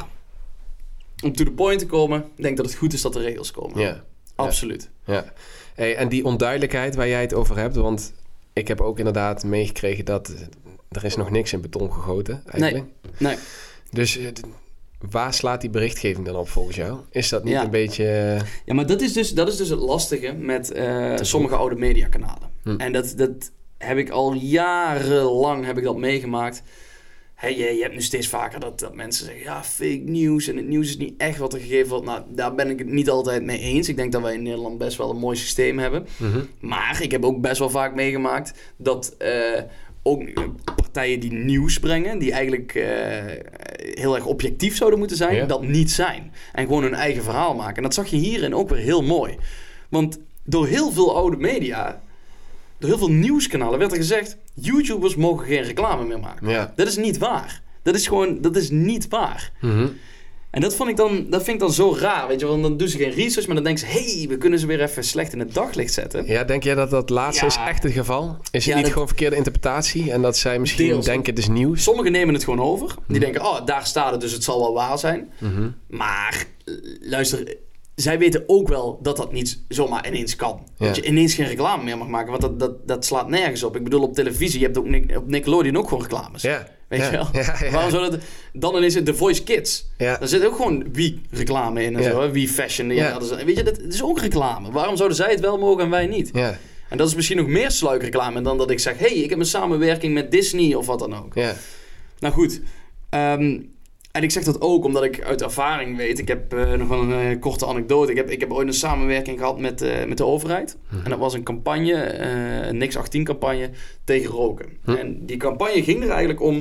om to the point te komen, ik denk dat het goed is dat er regels komen. Ja. Absoluut. Ja. Ja. Hey, en die onduidelijkheid waar jij het over hebt, want ik heb ook inderdaad meegekregen dat... Er is nog niks in beton gegoten, eigenlijk. Nee, nee. Dus waar slaat die berichtgeving dan op volgens jou? Is dat niet ja. een beetje... Ja, maar dat is dus, dat is dus het lastige met uh, sommige oude mediakanalen. Hm. En dat, dat heb ik al jarenlang heb ik dat meegemaakt. Hey, je, je hebt nu steeds vaker dat, dat mensen zeggen, ja, fake nieuws en het nieuws is niet echt wat er gegeven wordt. Nou, daar ben ik het niet altijd mee eens. Ik denk dat wij in Nederland best wel een mooi systeem hebben. Mm-hmm. Maar ik heb ook best wel vaak meegemaakt dat uh, ook partijen die nieuws brengen, die eigenlijk uh, heel erg objectief zouden moeten zijn, ja. dat niet zijn. En gewoon hun eigen verhaal maken. En dat zag je hierin ook weer heel mooi. Want door heel veel oude media, door heel veel nieuwskanalen werd er gezegd, YouTubers mogen geen reclame meer maken. Ja. Dat is niet waar. Dat is gewoon, dat is niet waar. Mm-hmm. En dat, vond ik dan, dat vind ik dan zo raar, weet je. Want dan doen ze geen research, maar dan denken ze, hé, hey, we kunnen ze weer even slecht in het daglicht zetten. Ja, denk jij dat dat laatste Ja. is echt het geval? Is het Ja, niet dat- gewoon verkeerde interpretatie? En dat zij misschien Deels. denken het is nieuws? Sommigen nemen het gewoon over. Die Mhm. denken, oh, daar staat het, dus het zal wel waar zijn. Mhm. Maar, eh, luister, zij weten ook wel dat dat niet zomaar ineens kan. Ja. Dat je ineens geen reclame meer mag maken, want dat, dat, dat slaat nergens op. Ik bedoel, op televisie, je hebt ook Nic- op Nickelodeon ook gewoon reclames. Ja. Weet ja. je wel? Ja, ja. Waarom zou dat... Dan ineens The Voice Kids. Ja. Daar zit ook gewoon wie reclame in en Ja. zo. Hè? Wie fashion. Ja. Ja. Dat is, weet je, dat, dat is ook reclame. Waarom zouden zij het wel mogen en wij niet? Ja. En dat is misschien nog meer sluikreclame dan dat ik zeg, hey, ik heb een samenwerking met Disney of wat dan ook. Ja. Nou goed. Ehm, en ik zeg dat ook omdat ik uit ervaring weet. Ik heb uh, nog wel een uh, korte anekdote. Ik heb, ik heb ooit een samenwerking gehad met, uh, met de overheid. Mhm. En dat was een campagne, uh, een Niks achttien campagne tegen roken. Hm. En die campagne ging er eigenlijk om,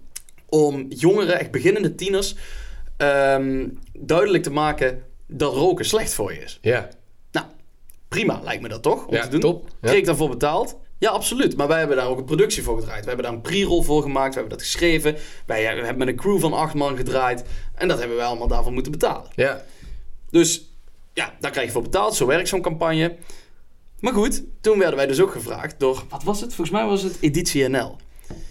om jongeren, echt beginnende tieners, um, duidelijk te maken dat roken slecht voor je is. Ja. Nou, prima lijkt me dat toch, om Ja, te doen. top. Ja. Kreeg ik daarvoor betaald? Ja, absoluut. Maar wij hebben daar ook een productie voor gedraaid. We hebben daar een pre-roll voor gemaakt. We hebben dat geschreven. Wij hebben met een crew van acht man gedraaid. En dat hebben wij allemaal daarvoor moeten betalen. Ja. Dus ja, daar krijg je voor betaald. Zo werkt zo'n campagne. Maar goed, toen werden wij dus ook gevraagd door... Wat was het? Volgens mij was het Editie N L.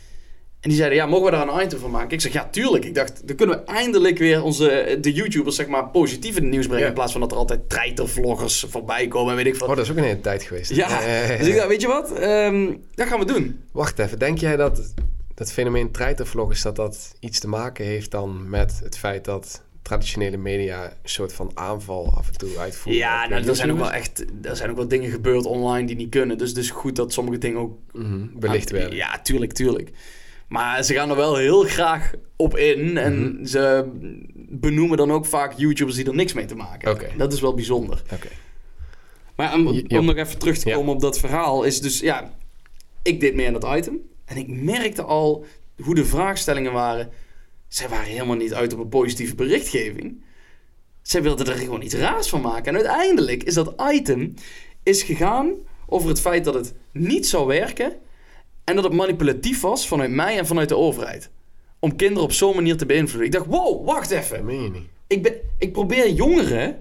En die zeiden, ja, mogen we daar een item van maken? Ik zeg, ja, tuurlijk. Ik dacht, dan kunnen we eindelijk weer onze, de YouTubers, zeg maar, positief in het nieuws brengen. Ja. In plaats van dat er altijd treitervloggers voorbij komen en weet ik wat. Oh, dat is ook een hele tijd geweest. Ja, Ja, ja, ja, ja. dus ik dacht, weet je wat? Ehm, dat gaan we doen. Wacht even, denk jij dat dat fenomeen treitervloggers, dat dat iets te maken heeft dan met het feit dat traditionele media een soort van aanval af en toe uitvoeren? Ja, nou, er zijn ook wel echt, er zijn ook wel dingen gebeurd online die niet kunnen. Dus het is goed dat sommige dingen ook Mm-hmm. Belicht werden. Ja, tuurlijk, tuurlijk. Maar ze gaan er wel heel graag op in. En Mm-hmm. ze benoemen dan ook vaak YouTubers die er niks mee te maken hebben. Oké. Dat is wel bijzonder. Oké. Maar om, Je- je- om nog even terug te Ja. komen op dat verhaal, is dus, ja, ik deed mee aan dat item. En ik merkte al hoe de vraagstellingen waren. Zij waren helemaal niet uit op een positieve berichtgeving. Zij wilden er gewoon iets raars van maken. En uiteindelijk is dat item is gegaan over het feit dat het niet zou werken. En dat het manipulatief was vanuit mij en vanuit de overheid. Om kinderen op zo'n manier te beïnvloeden. Ik dacht, wow, wacht even. Dat meen je niet. Ik, ben, ik probeer jongeren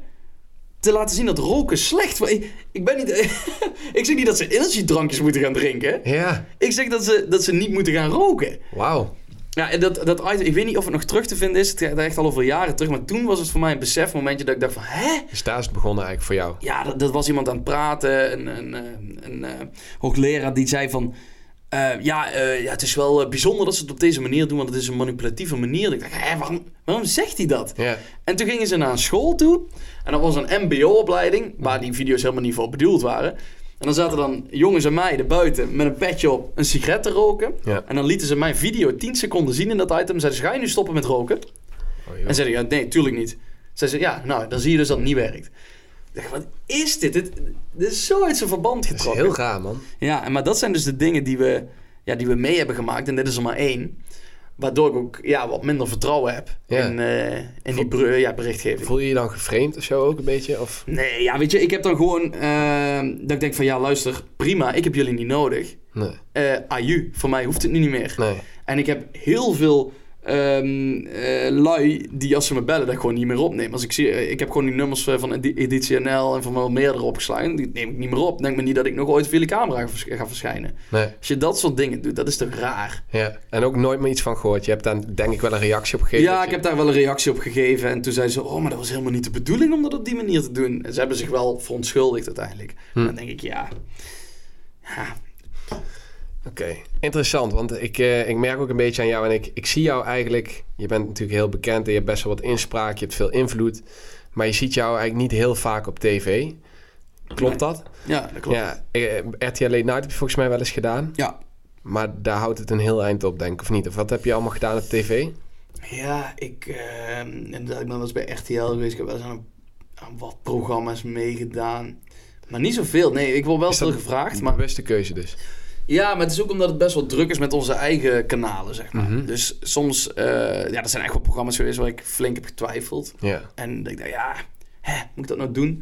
te laten zien dat roken slecht voor... Ik, ik ben niet... ik zeg niet dat ze energiedrankjes moeten gaan drinken. Ja, Ik zeg dat ze, dat ze niet moeten gaan roken. wauw. Ja, en dat, dat item, ik weet niet of het nog terug te vinden is. Het gaat echt al over jaren terug. Maar toen was het voor mij een besefmomentje dat ik dacht van... Hè? Dus daar is het begonnen eigenlijk voor jou. Ja, dat, dat was iemand aan het praten. Een, een, een, een uh, hoogleraar die zei van... Uh, ja, uh, ja, het is wel uh, bijzonder dat ze het op deze manier doen, want het is een manipulatieve manier. Ik dacht, hé, waarom, waarom zegt hij dat? Ja. En toen gingen ze naar een school toe. En dat was een M B O-opleiding, waar die video's helemaal niet voor bedoeld waren. En dan zaten dan jongens en meiden buiten met een petje op een sigaret te roken. Ja. En dan lieten ze mijn video tien seconden zien in dat item. Zeiden ze, ga je nu stoppen met roken? Oh, joh. En zeiden ja, nee, tuurlijk niet. Zeiden ze, ja, nou, dan zie je dus dat het niet werkt. Ik dacht, wat is dit? Dit, dit is zo uit zijn verband Dat is getrokken. heel raar, man. Ja, en maar dat zijn dus de dingen die we, ja, die we mee hebben gemaakt. En dit is er maar één. Waardoor ik ook ja, wat minder vertrouwen heb Ja. in, uh, in die br- ja, berichtgeving. Voel je je dan geframed of zo ook een beetje? Of? Nee, ja, weet je, ik heb dan gewoon... Uh, dat ik denk van, ja, luister, prima, ik heb jullie niet nodig. Nee. Uh, aju, voor mij hoeft het nu niet meer. Nee. En ik heb heel veel um, uh, lui die als ze me bellen, dat ik gewoon niet meer opneem. Als ik zie, uh, ik heb gewoon die nummers uh, van Edi- Editie N L en van wel meerdere opgeslagen. Die neem ik niet meer op. Denk me niet dat ik nog ooit via de camera ga, vers- ga verschijnen. Nee. Als je dat soort dingen doet, dat is toch raar? Ja. En ook nooit meer iets van gehoord. Je hebt daar denk ik wel een reactie op gegeven. Ja, dat ik je- heb daar wel een reactie op gegeven. En toen zei ze, oh, maar dat was helemaal niet de bedoeling om dat op die manier te doen. En ze hebben zich wel verontschuldigd uiteindelijk. Hm. En dan denk ik, ja... ja Oké, okay. Interessant, want ik, uh, ik merk ook een beetje aan jou en ik, ik zie jou eigenlijk, je bent natuurlijk heel bekend en je hebt best wel wat inspraak, je hebt veel invloed, maar je ziet jou eigenlijk niet heel vaak op tv. Klopt dat? Ja, dat klopt. Ja, uh, R T L Late Night heb je volgens mij wel eens gedaan. Ja. maar daar houdt het een heel eind op, denk ik, of niet? Of wat heb je allemaal gedaan op tv? Ja, ik, uh, inderdaad, ik ben wel eens bij R T L geweest. Ik heb wel eens aan, aan wat programma's meegedaan. Maar niet zoveel. Nee, ik word wel veel gevraagd. Maar de beste keuze dus. Ja, maar het is ook omdat het best wel druk is met onze eigen kanalen, zeg maar. Mm-hmm. Dus soms, uh, ja, er zijn echt wel programma's geweest waar ik flink heb getwijfeld. Ja. En ik dacht, ja, hè, moet ik dat nou doen?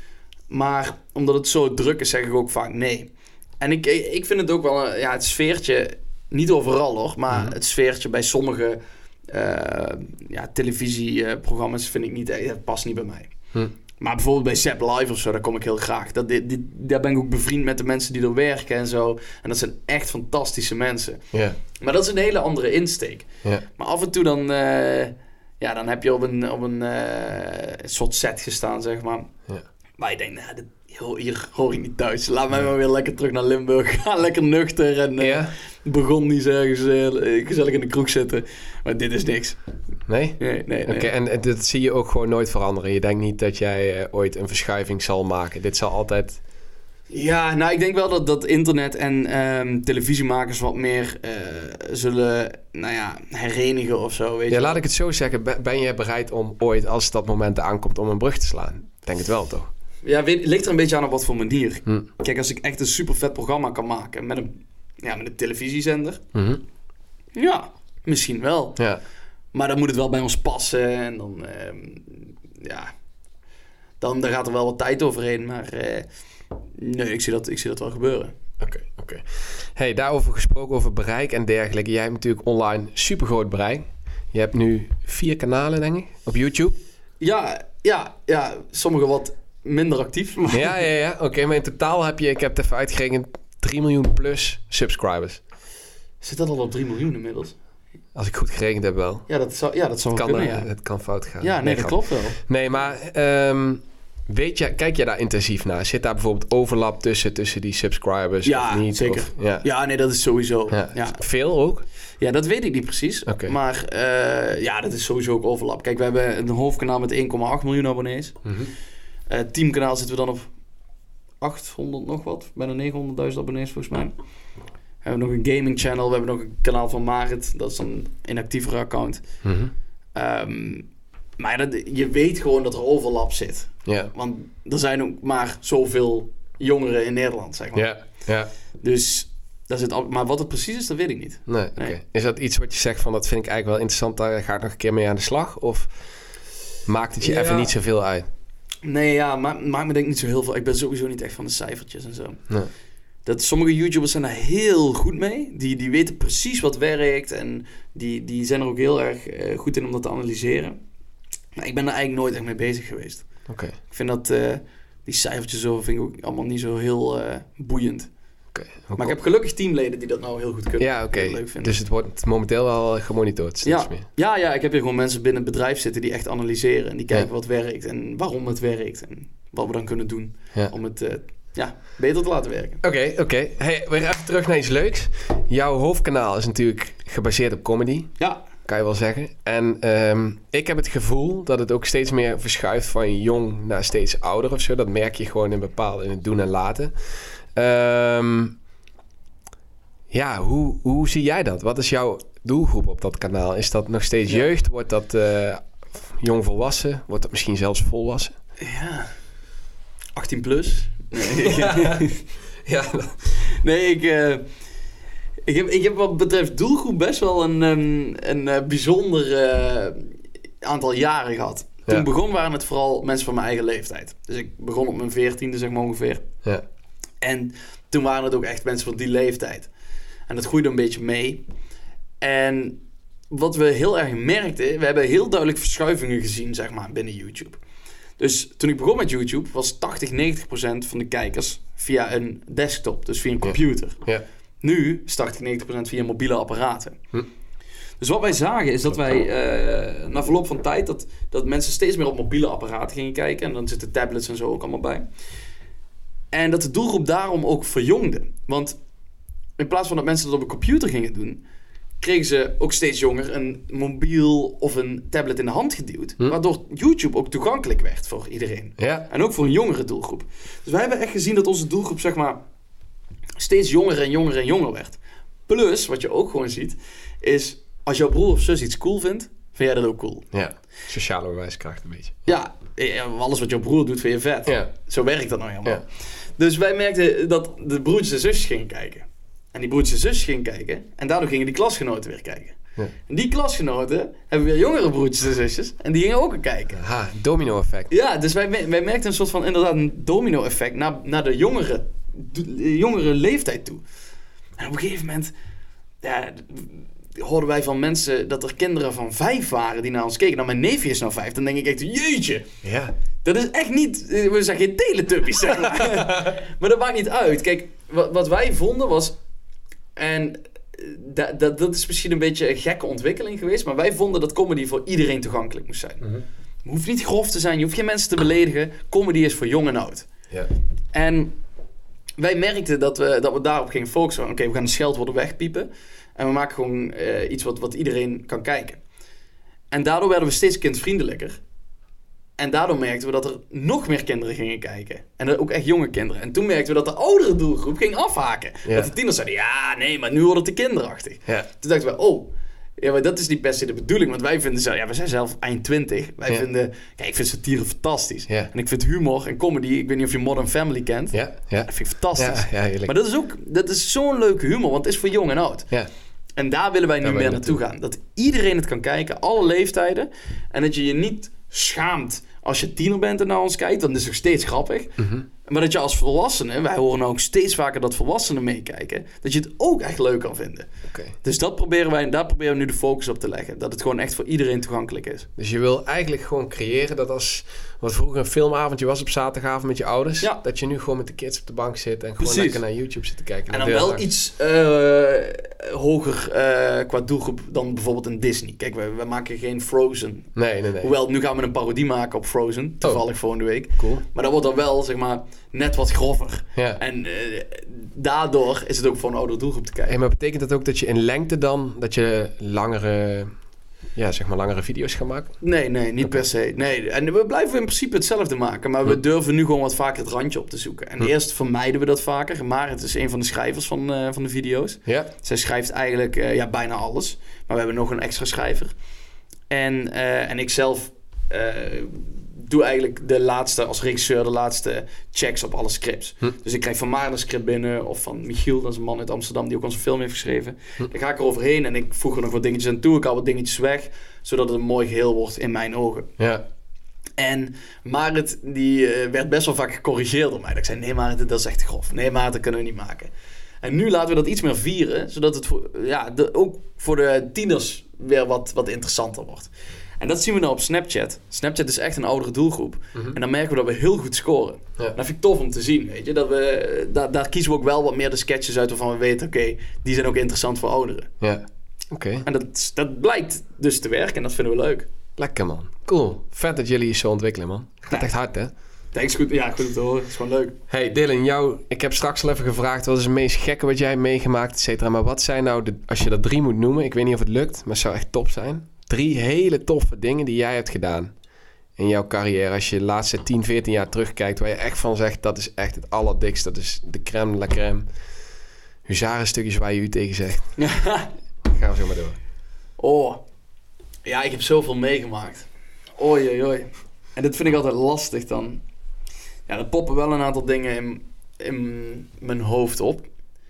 Maar omdat het zo druk is, zeg ik ook vaak nee. En ik, ik vind het ook wel, een, ja, het sfeertje, niet overal hoor, maar mm-hmm. het sfeertje bij sommige uh, ja, televisieprogramma's vind ik niet, dat past niet bij mij. Mm. Maar bijvoorbeeld bij Zap Live of zo, daar kom ik heel graag. Dat, dit, dit, daar ben ik ook bevriend met de mensen die er werken en zo. En dat zijn echt fantastische mensen. Yeah. Maar dat is een hele andere insteek. Yeah. Maar af en toe dan, uh, ja, dan heb je op een, op een uh, soort set gestaan, zeg maar. Yeah. Maar ik denk, nou, dit, hier hoor ik niet thuis. Laat mij maar weer lekker terug naar Limburg. Ga lekker nuchter en uh, yeah. begon niet ergens uh, gezellig in de kroeg zitten. Maar dit is niks. Nee? Nee, nee, Oké, okay, en dat zie je ook gewoon nooit veranderen. Je denkt niet dat jij uh, ooit een verschuiving zal maken. Dit zal altijd... Ja, nou, ik denk wel dat, dat internet en um, televisiemakers wat meer uh, zullen, nou ja, herenigen of zo, weet je. Ja, laat ik het zo zeggen. Ben je bereid om ooit, als dat moment aankomt, om een brug te slaan? Ik denk het wel, toch? Ja, weet, ligt er een beetje aan op wat voor manier. Hm. Kijk, als ik echt een super vet programma kan maken met een, ja, met een televisiezender. Mm-hmm. Ja, misschien wel. Ja. Maar dan moet het wel bij ons passen en dan, uh, ja, dan daar gaat er wel wat tijd overheen. Maar uh, nee, ik zie, dat, ik zie dat wel gebeuren. Oké, okay, oké. Okay. Hey, daarover gesproken, over bereik en dergelijke. Jij hebt natuurlijk online supergroot bereik. Je hebt nu vier kanalen, denk ik, op YouTube. Ja, ja, ja, sommige wat minder actief. Maar... Ja, ja, ja. Oké, okay, maar in totaal heb je, ik heb het even uitgerekend, drie miljoen plus subscribers. Zit dat al op drie miljoen inmiddels? Als ik goed gerekend heb wel. Ja, dat zou, ja, dat zou het wel kan, kunnen, ja. Het kan fout gaan. Ja, nee, nee dat kan. klopt wel. Nee, maar um, weet je, kijk jij daar intensief naar? Zit daar bijvoorbeeld overlap tussen, tussen die subscribers ja, of niet? Zeker. Of, ja, ja, nee, dat is sowieso. Ja. Ja. Veel ook? Ja, dat weet ik niet precies. Okay. Maar uh, ja, dat is sowieso ook overlap. Kijk, we hebben een hoofdkanaal met één komma acht miljoen abonnees. Mm-hmm. Uh, teamkanaal zitten we dan op achthonderd nog wat. Bijna negenhonderdduizend abonnees volgens mij. We hebben nog een gaming channel. We hebben nog een kanaal van Marit. Dat is dan een inactievere account. Mm-hmm. Um, maar dat, je weet gewoon dat er overlap zit. Yeah. Want er zijn ook maar zoveel jongeren in Nederland, zeg maar. Ja, yeah. yeah. Dus, daar zit, maar wat het precies is, dat weet ik niet. Nee, nee. Okay. Is dat iets wat je zegt van, dat vind ik eigenlijk wel interessant, daar ga ik nog een keer mee aan de slag? Of maakt het je ja. even niet zoveel uit? Nee, ja, maakt maak me denk ik niet zo heel veel. Ik ben sowieso niet echt van de cijfertjes en zo. Nee. Dat sommige YouTubers zijn daar heel goed mee. Die, die weten precies wat werkt. En die, die zijn er ook heel erg uh, goed in om dat te analyseren. Maar ik ben daar eigenlijk nooit echt mee bezig geweest. Okay. Ik vind dat uh, die cijfertjes zo vind ik ook allemaal niet zo heel uh, boeiend. Okay. Maar ik heb gelukkig teamleden die dat nou heel goed kunnen. Ja, oké. Okay. Dus het wordt momenteel wel gemonitord steeds ja. meer. Ja, ja, ik heb hier gewoon mensen binnen het bedrijf zitten die echt analyseren. En die kijken ja. wat werkt en waarom het werkt. En wat we dan kunnen doen ja. om het... Uh, Ja, beter te laten werken. Oké, okay, oké. Okay. Hey, weer even terug naar iets leuks. Jouw hoofdkanaal is natuurlijk gebaseerd op comedy. Ja. Kan je wel zeggen. En um, ik heb het gevoel dat het ook steeds meer verschuift van jong naar steeds ouder of zo. Dat merk je gewoon in bepaalde in het doen en laten. Um, ja, hoe, hoe zie jij dat? Wat is jouw doelgroep op dat kanaal? Is dat nog steeds ja. jeugd? Wordt dat uh, jong volwassen? Wordt dat misschien zelfs volwassen? Ja, achttien plus. Nee, ja. ja. nee ik, uh, ik, heb, ik heb wat betreft doelgroep best wel een, um, een uh, bijzonder uh, aantal jaren gehad. Toen ja. begon waren het vooral mensen van mijn eigen leeftijd. Dus ik begon op mijn veertiende, zeg maar ongeveer. Ja. En toen waren het ook echt mensen van die leeftijd. En dat groeide een beetje mee. En wat we heel erg merkten, we hebben heel duidelijk verschuivingen gezien, zeg maar, binnen YouTube. Dus toen ik begon met YouTube was tachtig, negentig procent van de kijkers via een desktop, dus via een computer. Ja. Ja. Nu is tachtig, negentig procent via mobiele apparaten. Hm. Dus wat wij zagen is dat wij uh, na verloop van tijd dat, dat mensen steeds meer op mobiele apparaten gingen kijken. En dan zitten tablets en zo ook allemaal bij. En dat de doelgroep daarom ook verjongde. Want in plaats van dat mensen dat op een computer gingen doen, kregen ze ook steeds jonger een mobiel of een tablet in de hand geduwd. Hm. Waardoor YouTube ook toegankelijk werd voor iedereen. Ja. En ook voor een jongere doelgroep. Dus wij hebben echt gezien dat onze doelgroep, zeg maar, steeds jonger en jonger en jonger werd. Plus, wat je ook gewoon ziet, is als jouw broer of zus iets cool vindt, vind jij dat ook cool. Ja, sociale bewijskracht een beetje. Ja, alles wat jouw broer doet vind je vet. Ja. Zo werkt dat nou helemaal. Ja. Dus wij merkten dat de broertjes en zusjes gingen kijken. En die broertjes en zusjes gingen kijken. En daardoor gingen die klasgenoten weer kijken. Ja. En die klasgenoten hebben weer jongere broertjes en zusjes. En die gingen ook weer kijken. Aha, domino effect. Ja, dus wij, wij merkten een soort van inderdaad een domino effect naar, naar de jongere, de jongere leeftijd toe. En op een gegeven moment ja, hoorden wij van mensen dat er kinderen van vijf waren die naar ons keken. Nou, mijn neefje is nou vijf. Dan denk ik echt, jeetje. Ja. Dat is echt niet... We zijn geen teletubbies, zeg maar. Maar dat maakt niet uit. Kijk, wat, wat wij vonden was... En da, da, dat is misschien een beetje een gekke ontwikkeling geweest. Maar wij vonden dat comedy voor iedereen toegankelijk moest zijn. Mm-hmm. Het hoeft niet grof te zijn. Je hoeft geen mensen te beledigen. Comedy is voor jong en oud. Ja. En wij merkten dat we, dat we daarop gingen focussen. Oké, okay, we gaan de scheldwoorden wegpiepen. En we maken gewoon uh, iets wat, wat iedereen kan kijken. En daardoor werden we steeds kindvriendelijker. En daardoor merkten we dat er nog meer kinderen gingen kijken. En ook echt jonge kinderen. En toen merkten we dat de oudere doelgroep ging afhaken. Ja. Dat de tieners zeiden, ja, nee, maar nu wordt het te kinderachtig. Ja. Toen dachten we, oh, ja, maar dat is niet per se de bedoeling. Want wij vinden zelf, ja, we zijn zelf eind twintig. Wij ja. vinden, kijk, ik vind satire fantastisch. Ja. En ik vind humor en comedy, ik weet niet of je Modern Family kent. Ja. Ja. Dat vind ik fantastisch. Ja, ja, maar dat is ook, dat is zo'n leuke humor, want het is voor jong en oud. Ja. En daar willen wij nu meer naartoe gaan. Dat iedereen het kan kijken, alle leeftijden. En dat je je niet schaamt als je tiener bent en naar ons kijkt, dan is het nog steeds grappig. Mm-hmm. Maar dat je als volwassene, wij horen nou ook steeds vaker dat volwassenen meekijken, dat je het ook echt leuk kan vinden. Okay. Dus dat proberen wij, en daar proberen we nu de focus op te leggen. Dat het gewoon echt voor iedereen toegankelijk is. Dus je wil eigenlijk gewoon creëren dat als wat vroeger een filmavondje was op zaterdagavond met je ouders, ja. dat je nu gewoon met de kids op de bank zit en gewoon Precies. lekker naar YouTube zit te kijken. En dan wel lang. iets uh, hoger uh, qua doelgroep dan bijvoorbeeld een Disney. Kijk, we, we maken geen Frozen. Nee, nee, nee. Hoewel, nu gaan we een parodie maken op Frozen, toevallig oh. volgende week. Cool. Maar dat wordt dan wel, zeg maar, net wat grover. Ja. En uh, daardoor is het ook voor een oudere doelgroep te kijken. Hey, maar betekent dat ook dat je in lengte dan, dat je langere... Ja, zeg maar langere video's gaan maken? Nee, nee, niet okay. per se. Nee, en we blijven in principe hetzelfde maken. Maar hm. we durven nu gewoon wat vaker het randje op te zoeken. En hm. eerst vermijden we dat vaker. Maar het is een van de schrijvers van, uh, van de video's. Ja. Zij schrijft eigenlijk uh, ja, bijna alles. Maar we hebben nog een extra schrijver. En, uh, en ik zelf uh, doe eigenlijk de laatste, als regisseur, de laatste checks op alle scripts. Hm. Dus ik krijg van Maarten een script binnen. Of van Michiel, dat is een man uit Amsterdam die ook onze film heeft geschreven. Hm. Dan ga ik er overheen en ik voeg er nog wat dingetjes aan toe. Ik haal wat dingetjes weg, zodat het een mooi geheel wordt in mijn ogen. Ja. En Maarten, die uh, werd best wel vaak gecorrigeerd door mij. Dat ik zei, nee Maarten, dat is echt grof. Nee Maarten, dat kunnen we niet maken. En nu laten we dat iets meer vieren, zodat het voor, ja, de, ook voor de tieners weer wat, wat interessanter wordt. En dat zien we nou op Snapchat. Snapchat is echt een oudere doelgroep. Mm-hmm. En dan merken we dat we heel goed scoren. Ja. Dat vind ik tof om te zien, weet je. Dat we, da- daar kiezen we ook wel wat meer de sketches uit waarvan we weten, oké, okay, die zijn ook interessant voor ouderen. Ja, oké. Okay. En dat, dat blijkt dus te werken en dat vinden we leuk. Lekker, man. Cool. Vet dat jullie je zo ontwikkelen, man. Gaat ja. echt hard, hè? Thanks, goed. Ja, goed om te horen. Het is gewoon leuk. Hey Dylan, jou, ik heb straks al even gevraagd, wat is het meest gekke wat jij hebt meegemaakt, et cetera. Maar wat zijn nou, de, als je dat drie moet noemen, ik weet niet of het lukt, maar het zou echt top zijn. Drie hele toffe dingen die jij hebt gedaan in jouw carrière. Als je de laatste tien, veertien jaar terugkijkt, waar je echt van zegt, dat is echt het allerdikste. Dat is de crème de la crème. Huzarenstukjes waar je u tegen zegt. Gaan we zo maar door. Oh, ja, ik heb zoveel meegemaakt. Oei, oei, oei. En dit vind ik altijd lastig dan. Ja, er poppen wel een aantal dingen in, in mijn hoofd op.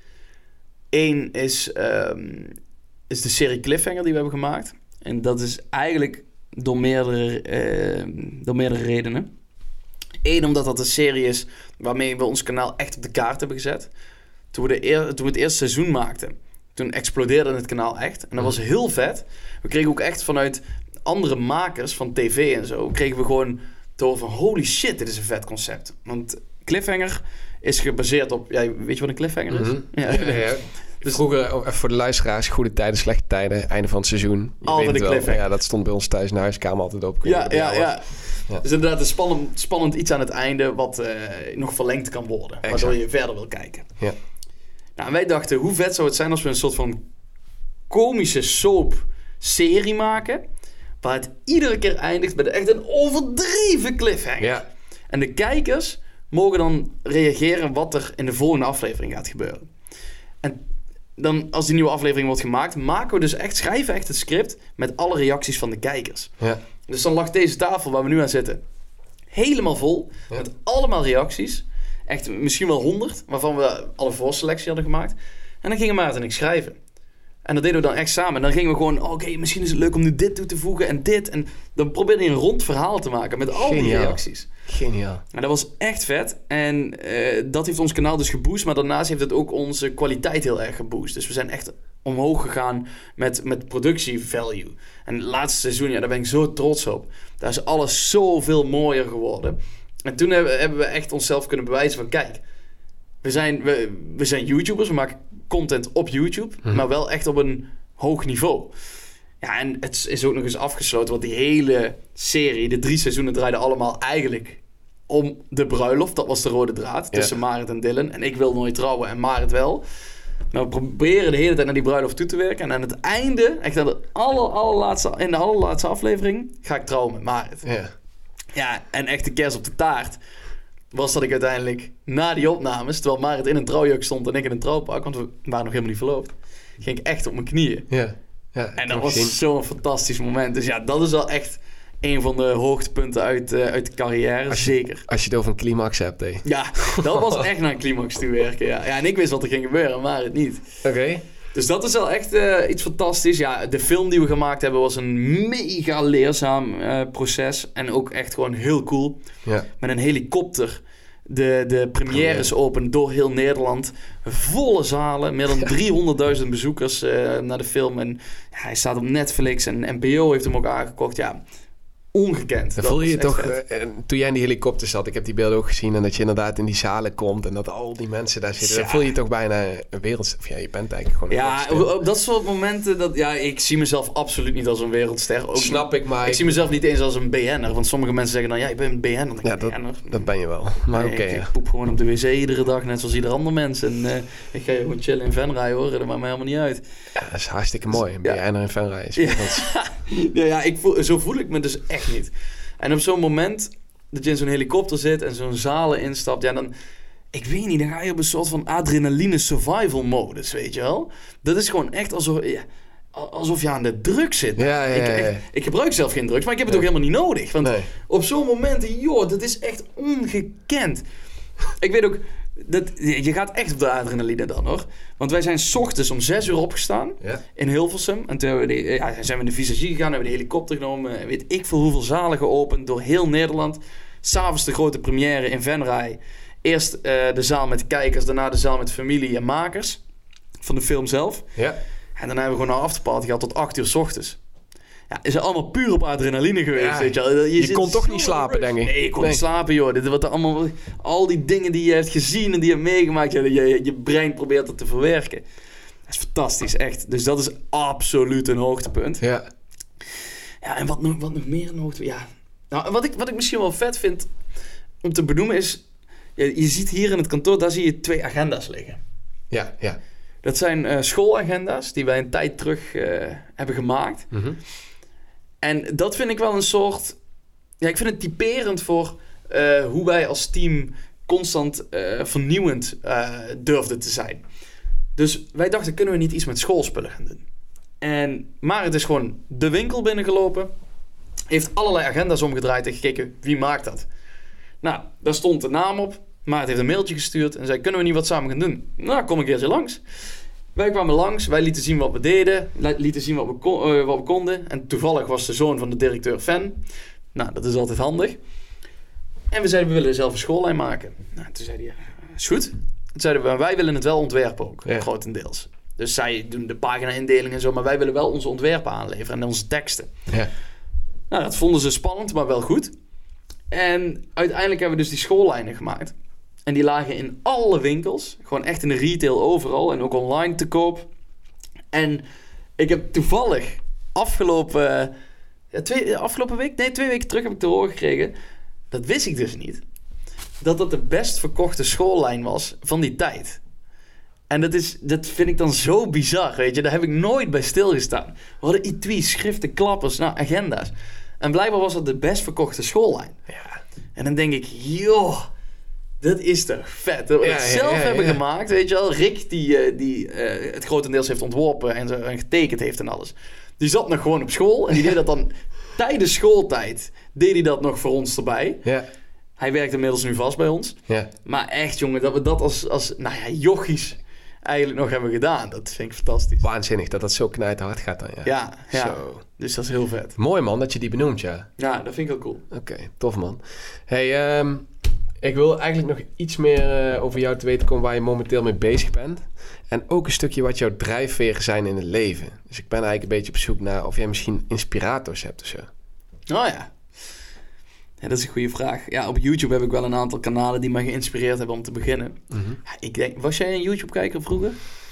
Eén is, um, is de serie Cliffhanger die we hebben gemaakt. En dat is eigenlijk door meerdere, uh, door meerdere redenen. Eén, omdat dat een serie is waarmee we ons kanaal echt op de kaart hebben gezet. Toen we, de eer, toen we het eerste seizoen maakten, toen explodeerde het kanaal echt. En dat was heel vet. We kregen ook echt vanuit andere makers van tv en zo, kregen we gewoon te horen van holy shit, dit is een vet concept. Want Cliffhanger is gebaseerd op, ja, weet je wat een cliffhanger is? Mm-hmm. Ja. Ja, ja. Dus vroeger, voor de luisteraars, goede tijden, slechte tijden, einde van het seizoen. Je altijd een cliffhanger. Ja, dat stond bij ons thuis in de huiskamer altijd op. Ja, ja, ja, ja. Dus inderdaad een spannend, spannend iets aan het einde wat uh, nog verlengd kan worden. Exact. Waardoor je verder wil kijken. Ja. Nou, en wij dachten, hoe vet zou het zijn als we een soort van komische soap-serie maken, waar het iedere keer eindigt met echt een overdreven cliffhanger. Ja. En de kijkers mogen dan reageren wat er in de volgende aflevering gaat gebeuren. En dan als die nieuwe aflevering wordt gemaakt, maken we dus echt, schrijven echt het script met alle reacties van de kijkers. Ja. Dus dan lag deze tafel waar we nu aan zitten helemaal vol, ja. met allemaal reacties. Echt misschien wel honderd, waarvan we alle voorselectie hadden gemaakt. En dan gingen Maarten en ik schrijven. En dat deden we dan echt samen. En dan gingen we gewoon, oké, okay, misschien is het leuk om nu dit toe te voegen en dit. En dan probeerde je een rond verhaal te maken met al die Geniaal. reacties. Geniaal. En dat was echt vet. En uh, dat heeft ons kanaal dus geboost. Maar daarnaast heeft het ook onze kwaliteit heel erg geboost. Dus we zijn echt omhoog gegaan met, met productievalue. En het laatste seizoen, ja, daar ben ik zo trots op. Daar is alles zoveel mooier geworden. En toen hebben, hebben we echt onszelf kunnen bewijzen van, kijk, we zijn, we, we zijn YouTubers, we maken content op YouTube, mm-hmm. maar wel echt op een hoog niveau. Ja, en het is ook nog eens afgesloten, want die hele serie, de drie seizoenen, draaiden allemaal eigenlijk om de bruiloft. Dat was de rode draad tussen ja. Marit en Dylan. En ik wil nooit trouwen en Marit wel. Maar we proberen de hele tijd naar die bruiloft toe te werken. En aan het einde, echt aan de aller, allerlaatste, in de allerlaatste aflevering, ga ik trouwen met Marit. Ja. Ja, en echt de kers op de taart was dat ik uiteindelijk na die opnames, terwijl Marit in een trouwjurk stond en ik in een trouwpak, want we waren nog helemaal niet verloofd, ging ik echt op mijn knieën. Ja. Ja, en dat was zien. zo'n fantastisch moment. Dus ja, dat is wel echt een van de hoogtepunten uit, uh, uit de carrière, als je, zeker. Als je het over een climax hebt, hé. Ja, dat was echt naar een climax toe werken, ja. Ja, en ik wist wat er ging gebeuren, maar het niet. Oké. Okay. Dus dat is wel echt uh, iets fantastisch. Ja, de film die we gemaakt hebben was een mega leerzaam uh, proces. En ook echt gewoon heel cool. Ja. Met een helikopter. De, de premières open door heel Nederland. Volle zalen. Meer dan driehonderdduizend bezoekers uh, naar de film. En ja, hij staat op Netflix. En N P O heeft hem ook aangekocht. Ja, ongekend. Dan voel je je toch, uh, toen jij in die helikopter zat, ik heb die beelden ook gezien, en dat je inderdaad in die zalen komt en dat al die mensen daar zitten, ja. dan voel je je toch bijna een wereld, of ja, je bent eigenlijk gewoon een ja, op dat soort momenten, dat, ja, ik zie mezelf absoluut niet als een wereldster. Ook Snap ik, maar... Ik, ik zie mezelf niet eens als een B N'er, want sommige mensen zeggen dan, ja, ik ben een B N'er. Dan ja, dat, dat ben je wel, maar nee, oké. Okay, ik, ja. ik poep gewoon op de wc iedere dag, net zoals ieder ander mens. En uh, ik ga gewoon chillen in Venray, hoor, dat maakt mij helemaal niet uit. Ja, dat is hartstikke mooi, een ja. B N'er in Venray. Is ja. ja, ja, ik voel, zo voel ik me dus echt niet. En op zo'n moment dat je in zo'n helikopter zit en zo'n zalen instapt, ja, dan, ik weet niet, dan ga je op een soort van adrenaline survival modus, weet je wel? Dat is gewoon echt alsof, ja, alsof je aan de drugs zit. Ja, ja, ja, ja. Ik, echt, ik gebruik zelf geen drugs, maar ik heb het ja. ook helemaal niet nodig. Want nee. op zo'n moment, joh, dat is echt ongekend. Ik weet ook, dat, je gaat echt op de adrenaline dan, hoor. Want wij zijn 's ochtends om zes uur opgestaan ja. in Hilversum. En toen hebben we de, ja, zijn we in de visagie gegaan, hebben we de helikopter genomen. Weet ik veel hoeveel zalen geopend door heel Nederland. 'S Avonds de grote première in Venray. Eerst uh, de zaal met kijkers, daarna de zaal met familie en makers van de film zelf. Ja. En daarna hebben we gewoon een afterparty gehad tot acht uur 's ochtends. Ja, is allemaal puur op adrenaline geweest, ja, weet je wel. Je, je kon toch niet slapen, denk ik. Nee, je kon nee. niet slapen, joh. Dit, wat allemaal, al die dingen die je hebt gezien en die je hebt meegemaakt, je, je, je brein probeert dat te verwerken. Dat is fantastisch, echt. Dus dat is absoluut een hoogtepunt. Ja. Ja, en wat nog, wat nog meer een hoogtepunt? Ja. Nou, wat ik, wat ik misschien wel vet vind om te benoemen is, je, je ziet hier in het kantoor, daar zie je twee agenda's liggen. Ja, ja. Dat zijn uh, schoolagenda's die wij een tijd terug uh, hebben gemaakt. Mm-hmm. En dat vind ik wel een soort... Ja, ik vind het typerend voor uh, hoe wij als team constant uh, vernieuwend uh, durfden te zijn. Dus wij dachten, kunnen we niet iets met schoolspullen gaan doen? En Marit is gewoon de winkel binnengelopen. Heeft allerlei agenda's omgedraaid en gekeken, wie maakt dat? Nou, daar stond de naam op. Marit heeft een mailtje gestuurd en zei, kunnen we niet wat samen gaan doen? Nou, kom een keertje langs. Wij kwamen langs, wij lieten zien wat we deden, lieten zien wat we, kon, uh, wat we konden. En toevallig was de zoon van de directeur fan. Nou, dat is altijd handig. En we zeiden, we willen zelf een schoollijn maken. Nou, toen zei hij, ja, is goed. Toen zeiden we, wij willen het wel ontwerpen ook, ja. grotendeels. Dus zij doen de pagina-indeling en zo, maar wij willen wel onze ontwerpen aanleveren en onze teksten. Ja. Nou, dat vonden ze spannend, maar wel goed. En uiteindelijk hebben we dus die schoollijnen gemaakt. En die lagen in alle winkels. Gewoon echt in de retail overal. En ook online te koop. En ik heb toevallig afgelopen... Ja, twee, afgelopen week? Nee, twee weken terug heb ik te horen gekregen. Dat wist ik dus niet. Dat dat de best verkochte schoollijn was van die tijd. En dat, is, dat vind ik dan zo bizar, weet je. Daar heb ik nooit bij stilgestaan. We hadden etuis, schriften, klappers, nou, agenda's. En blijkbaar was dat de best verkochte schoollijn. Ja. En dan denk ik, joh... Dat is toch vet. Dat we Ja, het ja, zelf ja, hebben ja. gemaakt, weet je wel. Rick, die, uh, die uh, het grotendeels heeft ontworpen en, zo, en getekend heeft en alles. Die zat nog gewoon op school en die deed dat dan tijdens schooltijd. Deed hij dat nog voor ons erbij. Ja. Hij werkt inmiddels nu vast bij ons. Ja. Maar echt, jongen, dat we dat als, als nou ja, jochies eigenlijk nog hebben gedaan. Dat vind ik fantastisch. Waanzinnig dat dat zo knijterhard gaat dan, ja. Ja, ja. Zo. Dus dat is heel vet. Mooi man, dat je die benoemt, ja. Ja, dat vind ik wel cool. Oké, okay, tof man. Hey, um, ik wil eigenlijk nog iets meer uh, over jou te weten komen waar je momenteel mee bezig bent. En ook een stukje wat jouw drijfveren zijn in het leven. Dus ik ben eigenlijk een beetje op zoek naar of jij misschien inspirators hebt of zo. Oh ja. Ja, dat is een goede vraag. Ja, op YouTube heb ik wel een aantal kanalen die me geïnspireerd hebben om te beginnen. Mm-hmm. Ja, ik denk, was jij een YouTube-kijker vroeger?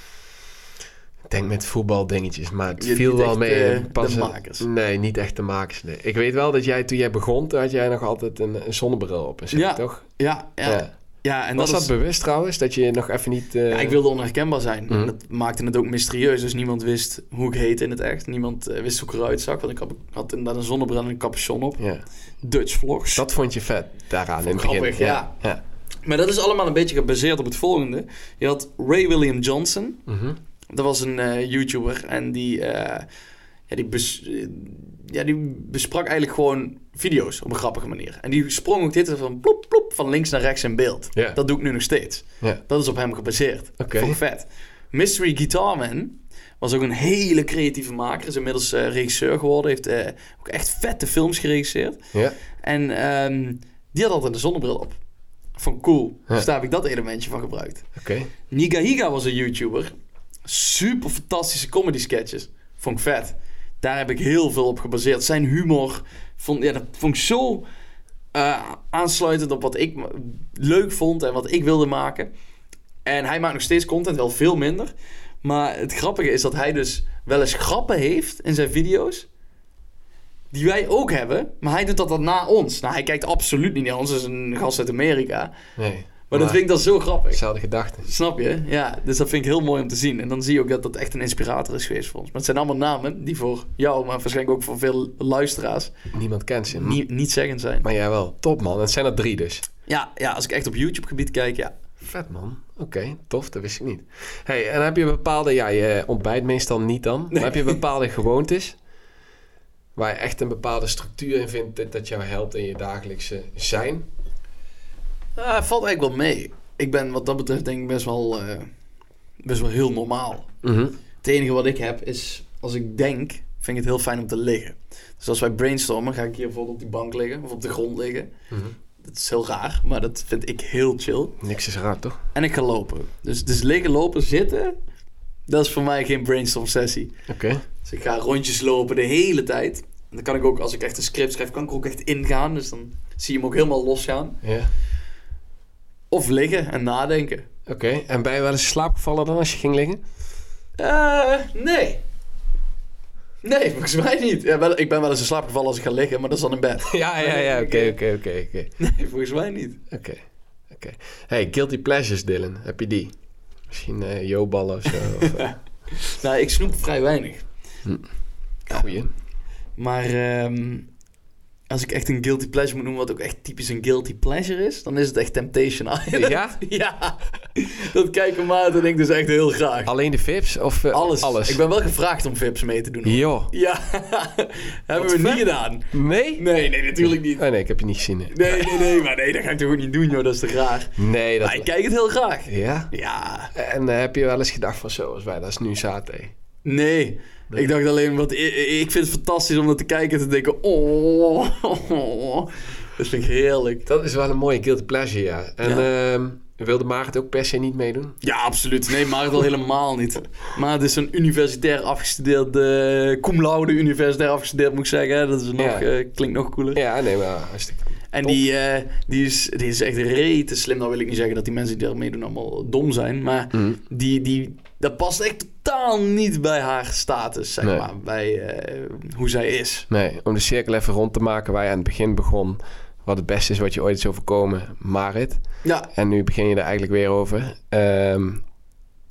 Ik denk met voetbaldingetjes, maar het Je, viel wel echt, mee. Uh, Pas de een, makers. Nee, niet echt de makers. Nee. Ik weet wel dat jij, toen jij begon, toen had jij nog altijd een, een zonnebril op. Zeg, ja, toch? Ja, ja. ja. ja en was dat, dat is, bewust trouwens, dat je nog even niet... Uh... Ja, ik wilde onherkenbaar zijn. Mm-hmm. En dat maakte het ook mysterieus. Dus niemand wist hoe ik heette in het echt. Niemand uh, wist hoe ik eruit zag. Want ik had, had inderdaad een zonnebril en een capuchon op. Ja. Dutch vlogs. Dat vond je vet daaraan in het grappig, begin. ja. ja. Maar dat is allemaal een beetje gebaseerd op het volgende. Je had Ray William Johnson. Mm-hmm. Dat was een uh, YouTuber. En die, uh, ja, die, bes, uh, ja, die besprak eigenlijk gewoon video's op een grappige manier. En die sprong ook dit van plop, plop, van links naar rechts in beeld. Yeah. Dat doe ik nu nog steeds. Yeah. Dat is op hem gebaseerd. Okay. Vond ik vet. Mystery Guitar Man was ook een hele creatieve maker. Is inmiddels uh, regisseur geworden. Heeft uh, ook echt vette films geregisseerd. Yeah. En um, die had altijd een zonnebril op. Vond ik cool. Yeah. Dus daar heb ik dat elementje van gebruikt. Okay. Niga Higa was een YouTuber. Super fantastische comedy sketches. Vond ik vet. Daar heb ik heel veel op gebaseerd. Zijn humor, vond, ja, dat vond ik zo uh, aansluitend op wat ik leuk vond en wat ik wilde maken. En hij maakt nog steeds content, wel veel minder. Maar het grappige is dat hij dus wel eens grappen heeft in zijn video's. Die wij ook hebben, maar hij doet dat dan na ons. Nou, hij kijkt absoluut niet naar ons. Dat is een gast uit Amerika. Nee. Maar, maar dat vind ik dan zo grappig. Dezelfde gedachten. Snap je? Ja, dus dat vind ik heel mooi om te zien. En dan zie je ook dat dat echt een inspirator is geweest voor ons. Maar het zijn allemaal namen die voor jou, maar waarschijnlijk ook voor veel luisteraars... Niemand kent ze. Nie, niet zeggend zijn. Maar jij wel. Top man. Het zijn er drie dus. Ja, ja, als ik echt op YouTube gebied kijk, ja. Vet man. Oké, okay, tof. Dat wist ik niet. Hey, en heb je bepaalde... Ja, je ontbijt meestal niet dan. Nee. Maar heb je bepaalde gewoontes... waar je echt een bepaalde structuur in vindt... dat, dat jou helpt in je dagelijkse zijn? Uh, valt eigenlijk wel mee. Ik ben wat dat betreft denk ik best wel, uh, best wel heel normaal. Mm-hmm. Het enige wat ik heb is, als ik denk, vind ik het heel fijn om te liggen. Dus als wij brainstormen, ga ik hier bijvoorbeeld op die bank liggen of op de grond liggen. Mm-hmm. Dat is heel raar, maar dat vind ik heel chill. Niks is raar, toch? En ik ga lopen. Dus, dus liggen, lopen, zitten, dat is voor mij geen brainstorm sessie. Oké. Okay. Dus ik ga rondjes lopen de hele tijd. En dan kan ik ook, als ik echt een script schrijf, kan ik er ook echt ingaan. Dus dan zie je hem ook helemaal losgaan. Ja. Yeah. Of liggen en nadenken. Oké, okay. En ben je wel eens in slaap gevallen dan als je ging liggen? Uh, nee. Nee, volgens mij niet. Ja, wel, ik ben wel eens in slaap gevallen als ik ga liggen, maar dat is dan in bed. ja, ja, ja. Oké, oké, oké. Nee, volgens mij niet. Oké, okay. oké. Okay. Hey, guilty pleasures, Dylan. Heb je die? Misschien uh, Joballen of zo? Of, uh... nou, ik snoep vrij weinig. Hm. Goeie. Ja. Maar um, als ik echt een guilty pleasure moet noemen, wat ook echt typisch een guilty pleasure is, dan is het echt Temptation Island. Ja? Ja. Dat kijken Maarten en ik dus echt heel graag. Alleen de V I P's? Of uh, alles. alles? Ik ben wel gevraagd om V I P's mee te doen. Jo. Ja. Hebben we niet gedaan. Nee? Nee, nee, natuurlijk niet. Oh nee, ik heb je niet gezien. Nee, nee, nee, nee. Maar nee, dat ga ik toch ook niet doen, joh. Dat is te raar. Nee, dat... Maar ik kijk het heel graag. Ja? Ja. En uh, heb je wel eens gedacht van zo, als wij dat is nu zaten? Nee. Nee. Ik dacht alleen, wat ik, ik vind het fantastisch om dat te kijken en te denken, oh, oh, oh. Dat vind ik heerlijk. Dat is wel een mooie guilty pleasure, ja. En ja. Uh, wilde Marit ook per se niet meedoen? Ja, absoluut. Nee, Marit al helemaal niet. Maar het is een universitair afgestudeerde, cum laude universitair afgestudeerd, moet ik zeggen. Dat is nog, ja. uh, klinkt nog cooler. Ja, nee, maar hartstikke. En die, uh, die, is, die is echt rete slim. Nou wil ik niet zeggen dat die mensen die daar meedoen allemaal dom zijn. Maar mm. die, die, dat past echt totaal niet bij haar status, zeg nee. maar. Bij uh, hoe zij is. Nee, om de cirkel even rond te maken waar je aan het begin begon. Wat het beste is wat je ooit is overkomen, Marit. Ja. En nu begin je er eigenlijk weer over. Um,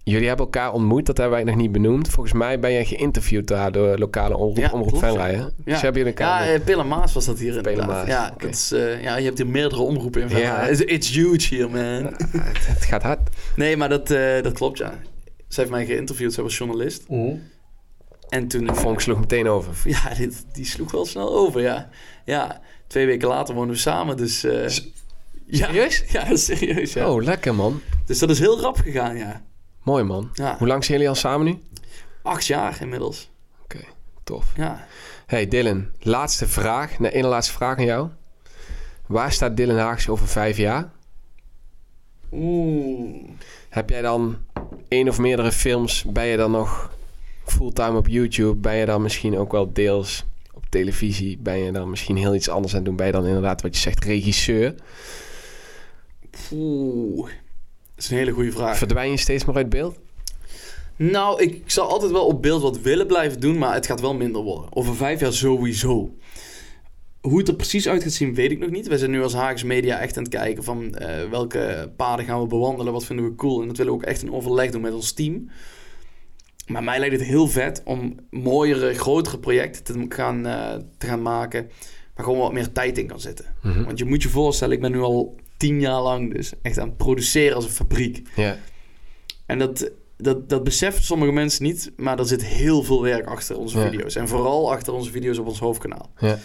jullie hebben elkaar ontmoet, dat hebben wij nog niet benoemd. Volgens mij ben je geïnterviewd daar door lokale omroep, Ja, omroep klopt, Venray, hè? ja. Dus hebben jullie elkaar... Ja, uh, Pelle Maas was dat hier Pelle inderdaad. Maas, ja, oké. dat is, uh, ja, je hebt hier meerdere omroepen in Ja. Venray. It's, it's huge hier, man. Ja, het, het gaat hard. Nee, maar dat, uh, dat klopt, ja. Zij heeft mij geïnterviewd, zij was journalist. Mm. En toen... Uh, Vonk sloeg meteen over. Ja, dit, die sloeg wel snel over, ja. Ja, twee weken later woonden we samen, dus... Uh, ja, Serieus? Ja, serieus, ja. Oh, lekker, man. Dus dat is heel rap gegaan, ja. Mooi, man. ja. Hoe lang zijn jullie al samen nu? Acht jaar inmiddels. Oké, okay, tof. Ja. Hey Dylan, laatste vraag. Nee, één laatste vraag aan jou. Waar staat Dylan Haags over vijf jaar? Oeh. Heb jij dan één of meerdere films? Ben je dan nog fulltime op YouTube? Ben je dan misschien ook wel deels op televisie? Ben je dan misschien heel iets anders aan het doen? Ben je dan inderdaad wat je zegt regisseur? Oeh. Dat is een hele goede vraag. Verdwijn je steeds meer uit beeld? Nou, ik zal altijd wel op beeld wat willen blijven doen, maar het gaat wel minder worden. Over vijf jaar sowieso. Hoe het er precies uit gaat zien, weet ik nog niet. Wij zijn nu als Haags Media echt aan het kijken van uh, welke paden gaan we bewandelen, wat vinden we cool. En dat willen we ook echt in overleg doen met ons team. Maar mij lijkt het heel vet om mooiere, grotere projecten te gaan, uh, te gaan maken, waar gewoon wat meer tijd in kan zitten. Mm-hmm. Want je moet je voorstellen, ik ben nu al tien jaar lang dus echt aan het produceren als een fabriek. Ja. En dat... Dat, dat beseffen sommige mensen niet, maar er zit heel veel werk achter onze ja. video's. En vooral achter onze video's op ons hoofdkanaal. Ja.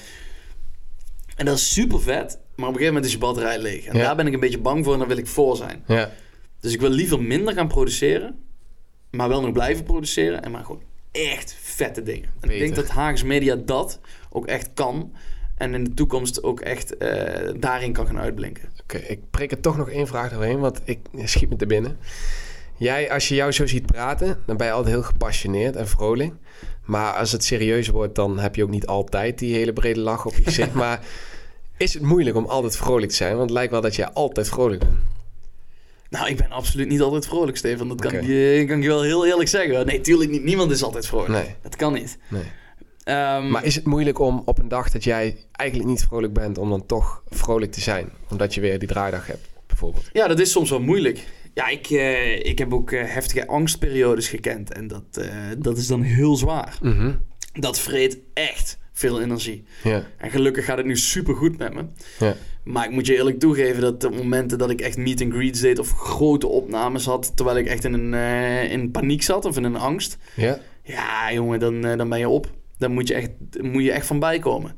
En dat is super vet, maar op een gegeven moment is je batterij leeg. En ja. daar ben ik een beetje bang voor en daar wil ik voor zijn. Ja. Dus ik wil liever minder gaan produceren, maar wel nog blijven produceren. En maar gewoon echt vette dingen. En ik denk dat Haags Media dat ook echt kan. En in de toekomst ook echt uh, daarin kan gaan uitblinken. Oké, okay, ik prik er toch nog één vraag doorheen, want ik schiet me te binnen. Jij, als je jou zo ziet praten, dan ben je altijd heel gepassioneerd en vrolijk. Maar als het serieus wordt, dan heb je ook niet altijd die hele brede lach op je gezicht. Maar is het moeilijk om altijd vrolijk te zijn? Want het lijkt wel dat jij altijd vrolijk bent. Nou, ik ben absoluut niet altijd vrolijk, Stefan. Dat kan, Okay. je, kan ik je wel heel eerlijk zeggen. Nee, tuurlijk niet. Niemand is altijd vrolijk. Nee. Dat kan niet. Nee. Um, maar is het moeilijk om op een dag dat jij eigenlijk niet vrolijk bent, om dan toch vrolijk te zijn? Omdat je weer die draaidag hebt, bijvoorbeeld. Ja, dat is soms wel moeilijk. Ja, ik, uh, ik heb ook uh, heftige angstperiodes gekend. En dat, uh, dat is dan heel zwaar. Mm-hmm. Dat vreet echt veel energie. Ja. En gelukkig gaat het nu super goed met me. Ja. Maar ik moet je eerlijk toegeven dat op momenten dat ik echt meet and greets deed of grote opnames had, terwijl ik echt in een uh, in paniek zat of in een angst. Ja. Ja, jongen, dan, uh, dan ben je op. Dan moet je echt, moet je echt van bijkomen.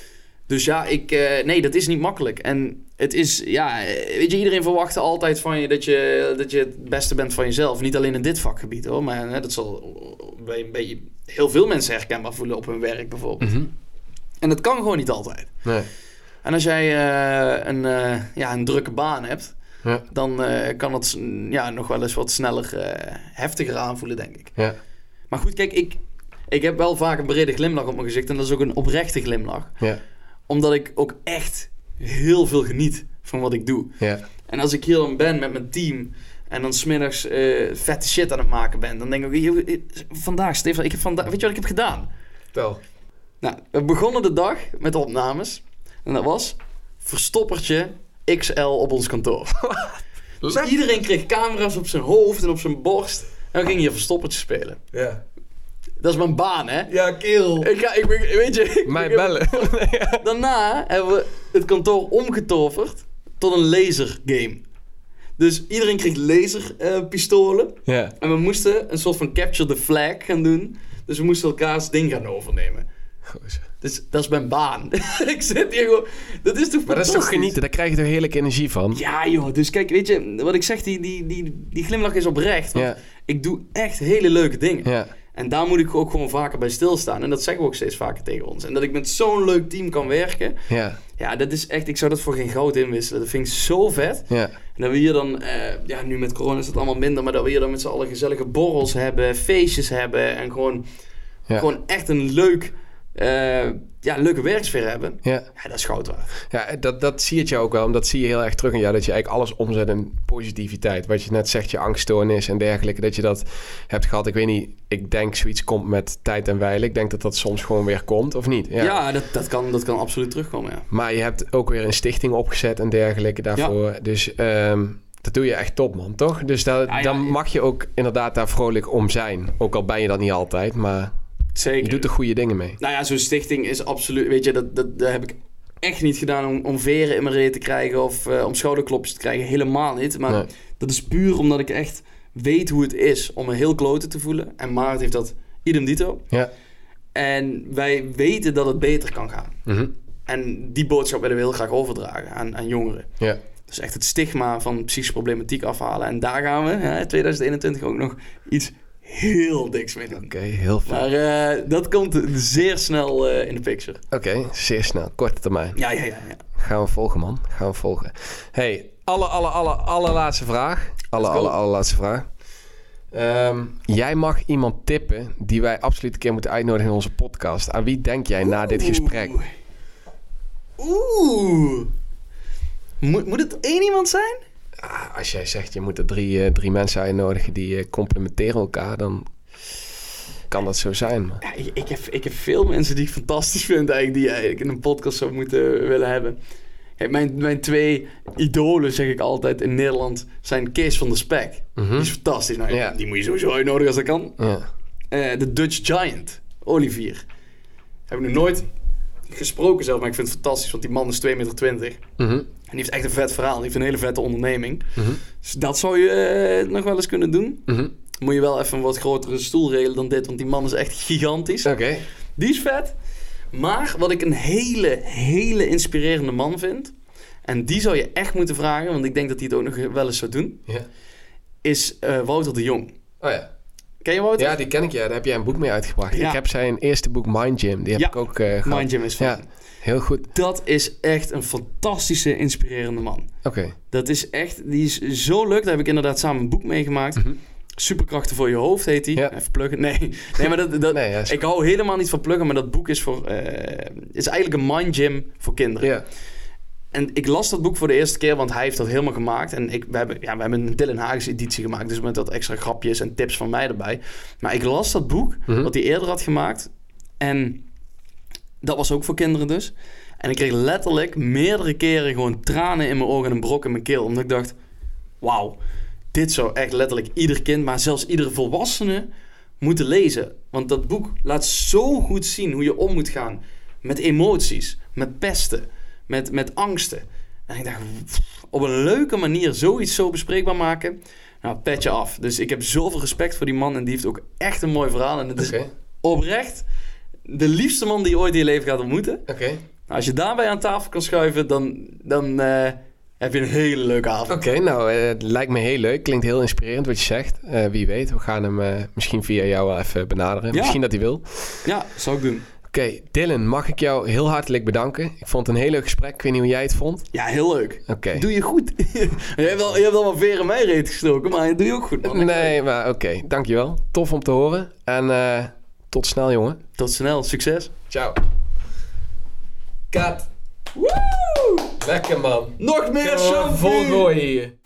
Dus ja, ik, uh, nee, dat is niet makkelijk. En het is, ja, weet je, iedereen verwacht altijd van je dat je, dat je het beste bent van jezelf. Niet alleen in dit vakgebied hoor, maar hè, dat zal bij een beetje heel veel mensen herkenbaar voelen op hun werk bijvoorbeeld. Mm-hmm. En dat kan gewoon niet altijd. Nee. En als jij uh, een, uh, ja, een drukke baan hebt, Ja. dan uh, kan het ja, nog wel eens wat sneller, uh, heftiger aanvoelen, denk ik. Ja. Maar goed, kijk, ik, ik heb wel vaak een brede glimlach op mijn gezicht en dat is ook een oprechte glimlach. Ja. Omdat ik ook echt heel veel geniet van wat ik doe. Ja. En als ik hier dan ben met mijn team en dan 's middags uh, vette shit aan het maken ben, dan denk ik, vandaag, Stefan, ik heb vandaag, weet je wat ik heb gedaan? Vertel. Nou, we begonnen de dag met de opnames en dat was verstoppertje X L op ons kantoor. Dus iedereen kreeg camera's op zijn hoofd en op zijn borst en we gingen hier verstoppertje spelen. Ja. Dat is mijn baan, hè? Ja, kerel. Ik ga, ik, weet je... Ik, Mij ik, bellen. Daarna hebben we het kantoor omgetoverd tot een lasergame. Dus iedereen kreeg laserpistolen. Uh, Ja. en we moesten een soort van capture the flag gaan doen. Dus we moesten elkaars ding gaan overnemen. Gozer. Dus dat is mijn baan. Ik zit hier gewoon... Dat is toch Maar dat is toch genieten? Daar krijg je toch heerlijke energie van? Ja joh, dus kijk, weet je... Wat ik zeg, die, die, die, die glimlach is oprecht. Want Ja. ik doe echt hele leuke dingen. Ja. En daar moet ik ook gewoon vaker bij stilstaan. En dat zeggen we ook steeds vaker tegen ons. En dat ik met zo'n leuk team kan werken. Ja. Ja, dat is echt... Ik zou dat voor geen goud inwisselen. Dat vind ik zo vet. Ja. En dat we hier dan... Uh, ja, nu met corona is het allemaal minder. Maar dat we hier dan met z'n allen gezellige borrels hebben. Feestjes hebben. En gewoon, Ja. gewoon echt een leuk... Uh, ja, leuke werksfeer hebben. Ja. Ja, dat is goud waard. Ja, dat, dat zie je jou ook wel. En dat zie je heel erg terug in jou. Dat je eigenlijk alles omzet in positiviteit. Wat je net zegt, je angststoornis en dergelijke. Dat je dat hebt gehad. Ik weet niet, ik denk zoiets komt met tijd en wijle. Ik denk dat dat soms gewoon weer komt, of niet? Ja, Ja, ja dat, dat, kan, dat kan absoluut terugkomen, ja. Maar je hebt ook weer een stichting opgezet en dergelijke daarvoor. Ja. Dus um, Dat doe je echt top, man, toch? Dus daar, Ja, ja, dan ja. mag je ook inderdaad daar vrolijk om zijn. Ook al ben je dat niet altijd, maar Zeker. je doet er goede dingen mee. Nou ja, zo'n stichting is absoluut... Weet je, dat, dat, dat heb ik echt niet gedaan om, om veren in mijn reet te krijgen... of uh, om schouderklopjes te krijgen. Helemaal niet. Maar Nee. dat is puur omdat ik echt weet hoe het is om me heel kloten te voelen. En Maarten heeft dat idem dito. Ja. En wij weten dat het beter kan gaan. Mm-hmm. En die boodschap willen we heel graag overdragen aan, aan jongeren. Ja. Dus echt het stigma van psychische problematiek afhalen. En daar gaan we in twintig eenentwintig ook nog iets heel diks mee doen. Oké, okay, heel fijn. Maar uh, dat komt zeer snel uh, in de picture. Oké, okay, zeer snel. Korte termijn. Ja, ja, ja, ja. Gaan we volgen, man. Gaan we volgen. Hey, alle, alle, alle, allerlaatste vraag. Alle, alle, allerlaatste vraag. Um, jij mag iemand tippen die wij absoluut een keer moeten uitnodigen in onze podcast. Aan wie denk jij na dit gesprek? Oeh. Moet, moet het één iemand zijn? Ah, als jij zegt je moet er drie, uh, drie mensen uitnodigen die uh, complementeren elkaar, dan kan dat zo zijn. Man. Ja, ik, ik, heb, ik heb veel mensen die ik fantastisch vind eigenlijk, die eigenlijk in een podcast zou moeten willen hebben. Kijk, mijn, mijn twee idolen, zeg ik altijd, in Nederland zijn Kees van der Spek. Mm-hmm. Die is fantastisch. Nou, ja. Die moet je sowieso uitnodigen als dat kan. Ja. Uh, de Dutch Giant, Olivier. Heb ik nog nooit gesproken zelf, maar ik vind het fantastisch, want die man is twee meter twintig. Mm-hmm. En die heeft echt een vet verhaal. Die heeft een hele vette onderneming. Mm-hmm. Dus dat zou je uh, nog wel eens kunnen doen. Mm-hmm. Moet je wel even een wat grotere stoel regelen dan dit, want die man is echt gigantisch. Oké. Okay. Die is vet. Maar wat ik een hele, hele inspirerende man vind, en die zou je echt moeten vragen, want ik denk dat hij het ook nog wel eens zou doen, ja. is uh, Wouter de Jong. Oh ja. Ken je Wouter? Ja, die ken ik, ja. Daar heb jij een boek mee uitgebracht. Ja. Ik heb zijn eerste boek Mind Gym. Die heb ja. ik ook uh, gehad. Mind Gym is van. Ja, heel goed. Dat is echt een fantastische, inspirerende man. Oké. Okay. Dat is echt, die is zo leuk. Daar heb ik inderdaad samen een boek meegemaakt. Mm-hmm. Superkrachten voor je hoofd heet die. Ja. Even pluggen. Nee, nee maar dat, dat, nee, ja, ik hou helemaal niet van pluggen, maar dat boek is voor, uh, is eigenlijk een mind gym voor kinderen. Ja. En ik las dat boek voor de eerste keer, want hij heeft dat helemaal gemaakt. En ik, we, hebben, ja, we hebben een Dylan Hagens editie gemaakt, dus met wat extra grapjes en tips van mij erbij. Maar ik las dat boek, mm-hmm. wat hij eerder had gemaakt. En dat was ook voor kinderen dus. En ik kreeg letterlijk meerdere keren gewoon tranen in mijn ogen en een brok in mijn keel. Omdat ik dacht, wauw, dit zou echt letterlijk ieder kind, maar zelfs iedere volwassene moeten lezen. Want dat boek laat zo goed zien hoe je om moet gaan met emoties, met pesten, met, met angsten. En ik dacht, op een leuke manier zoiets zo bespreekbaar maken, nou, petje af. Dus ik heb zoveel respect voor die man en die heeft ook echt een mooi verhaal. En het is okay. oprecht de liefste man die je ooit in je leven gaat ontmoeten. Okay. Nou, als je daarbij aan tafel kan schuiven, dan, dan uh, heb je een hele leuke avond. Oké, okay, nou, uh, het lijkt me heel leuk. Klinkt heel inspirerend wat je zegt. Uh, wie weet, we gaan hem uh, misschien via jou wel even benaderen. Ja. Misschien dat hij wil. Ja, zou ik doen. Oké, okay, Dylan, mag ik jou heel hartelijk bedanken. Ik vond het een heel leuk gesprek. Ik weet niet hoe jij het vond. Ja, heel leuk. Okay. Doe je goed. je, hebt al, je hebt al wat veren in mijn reet gestoken, maar dat doe je ook goed, man. Nee, maar oké. Okay, dankjewel. Tof om te horen. En uh, tot snel, jongen. Tot snel. Succes. Ciao. Kat. Woe! Lekker, man. Nog meer champagne. Volgooien hier.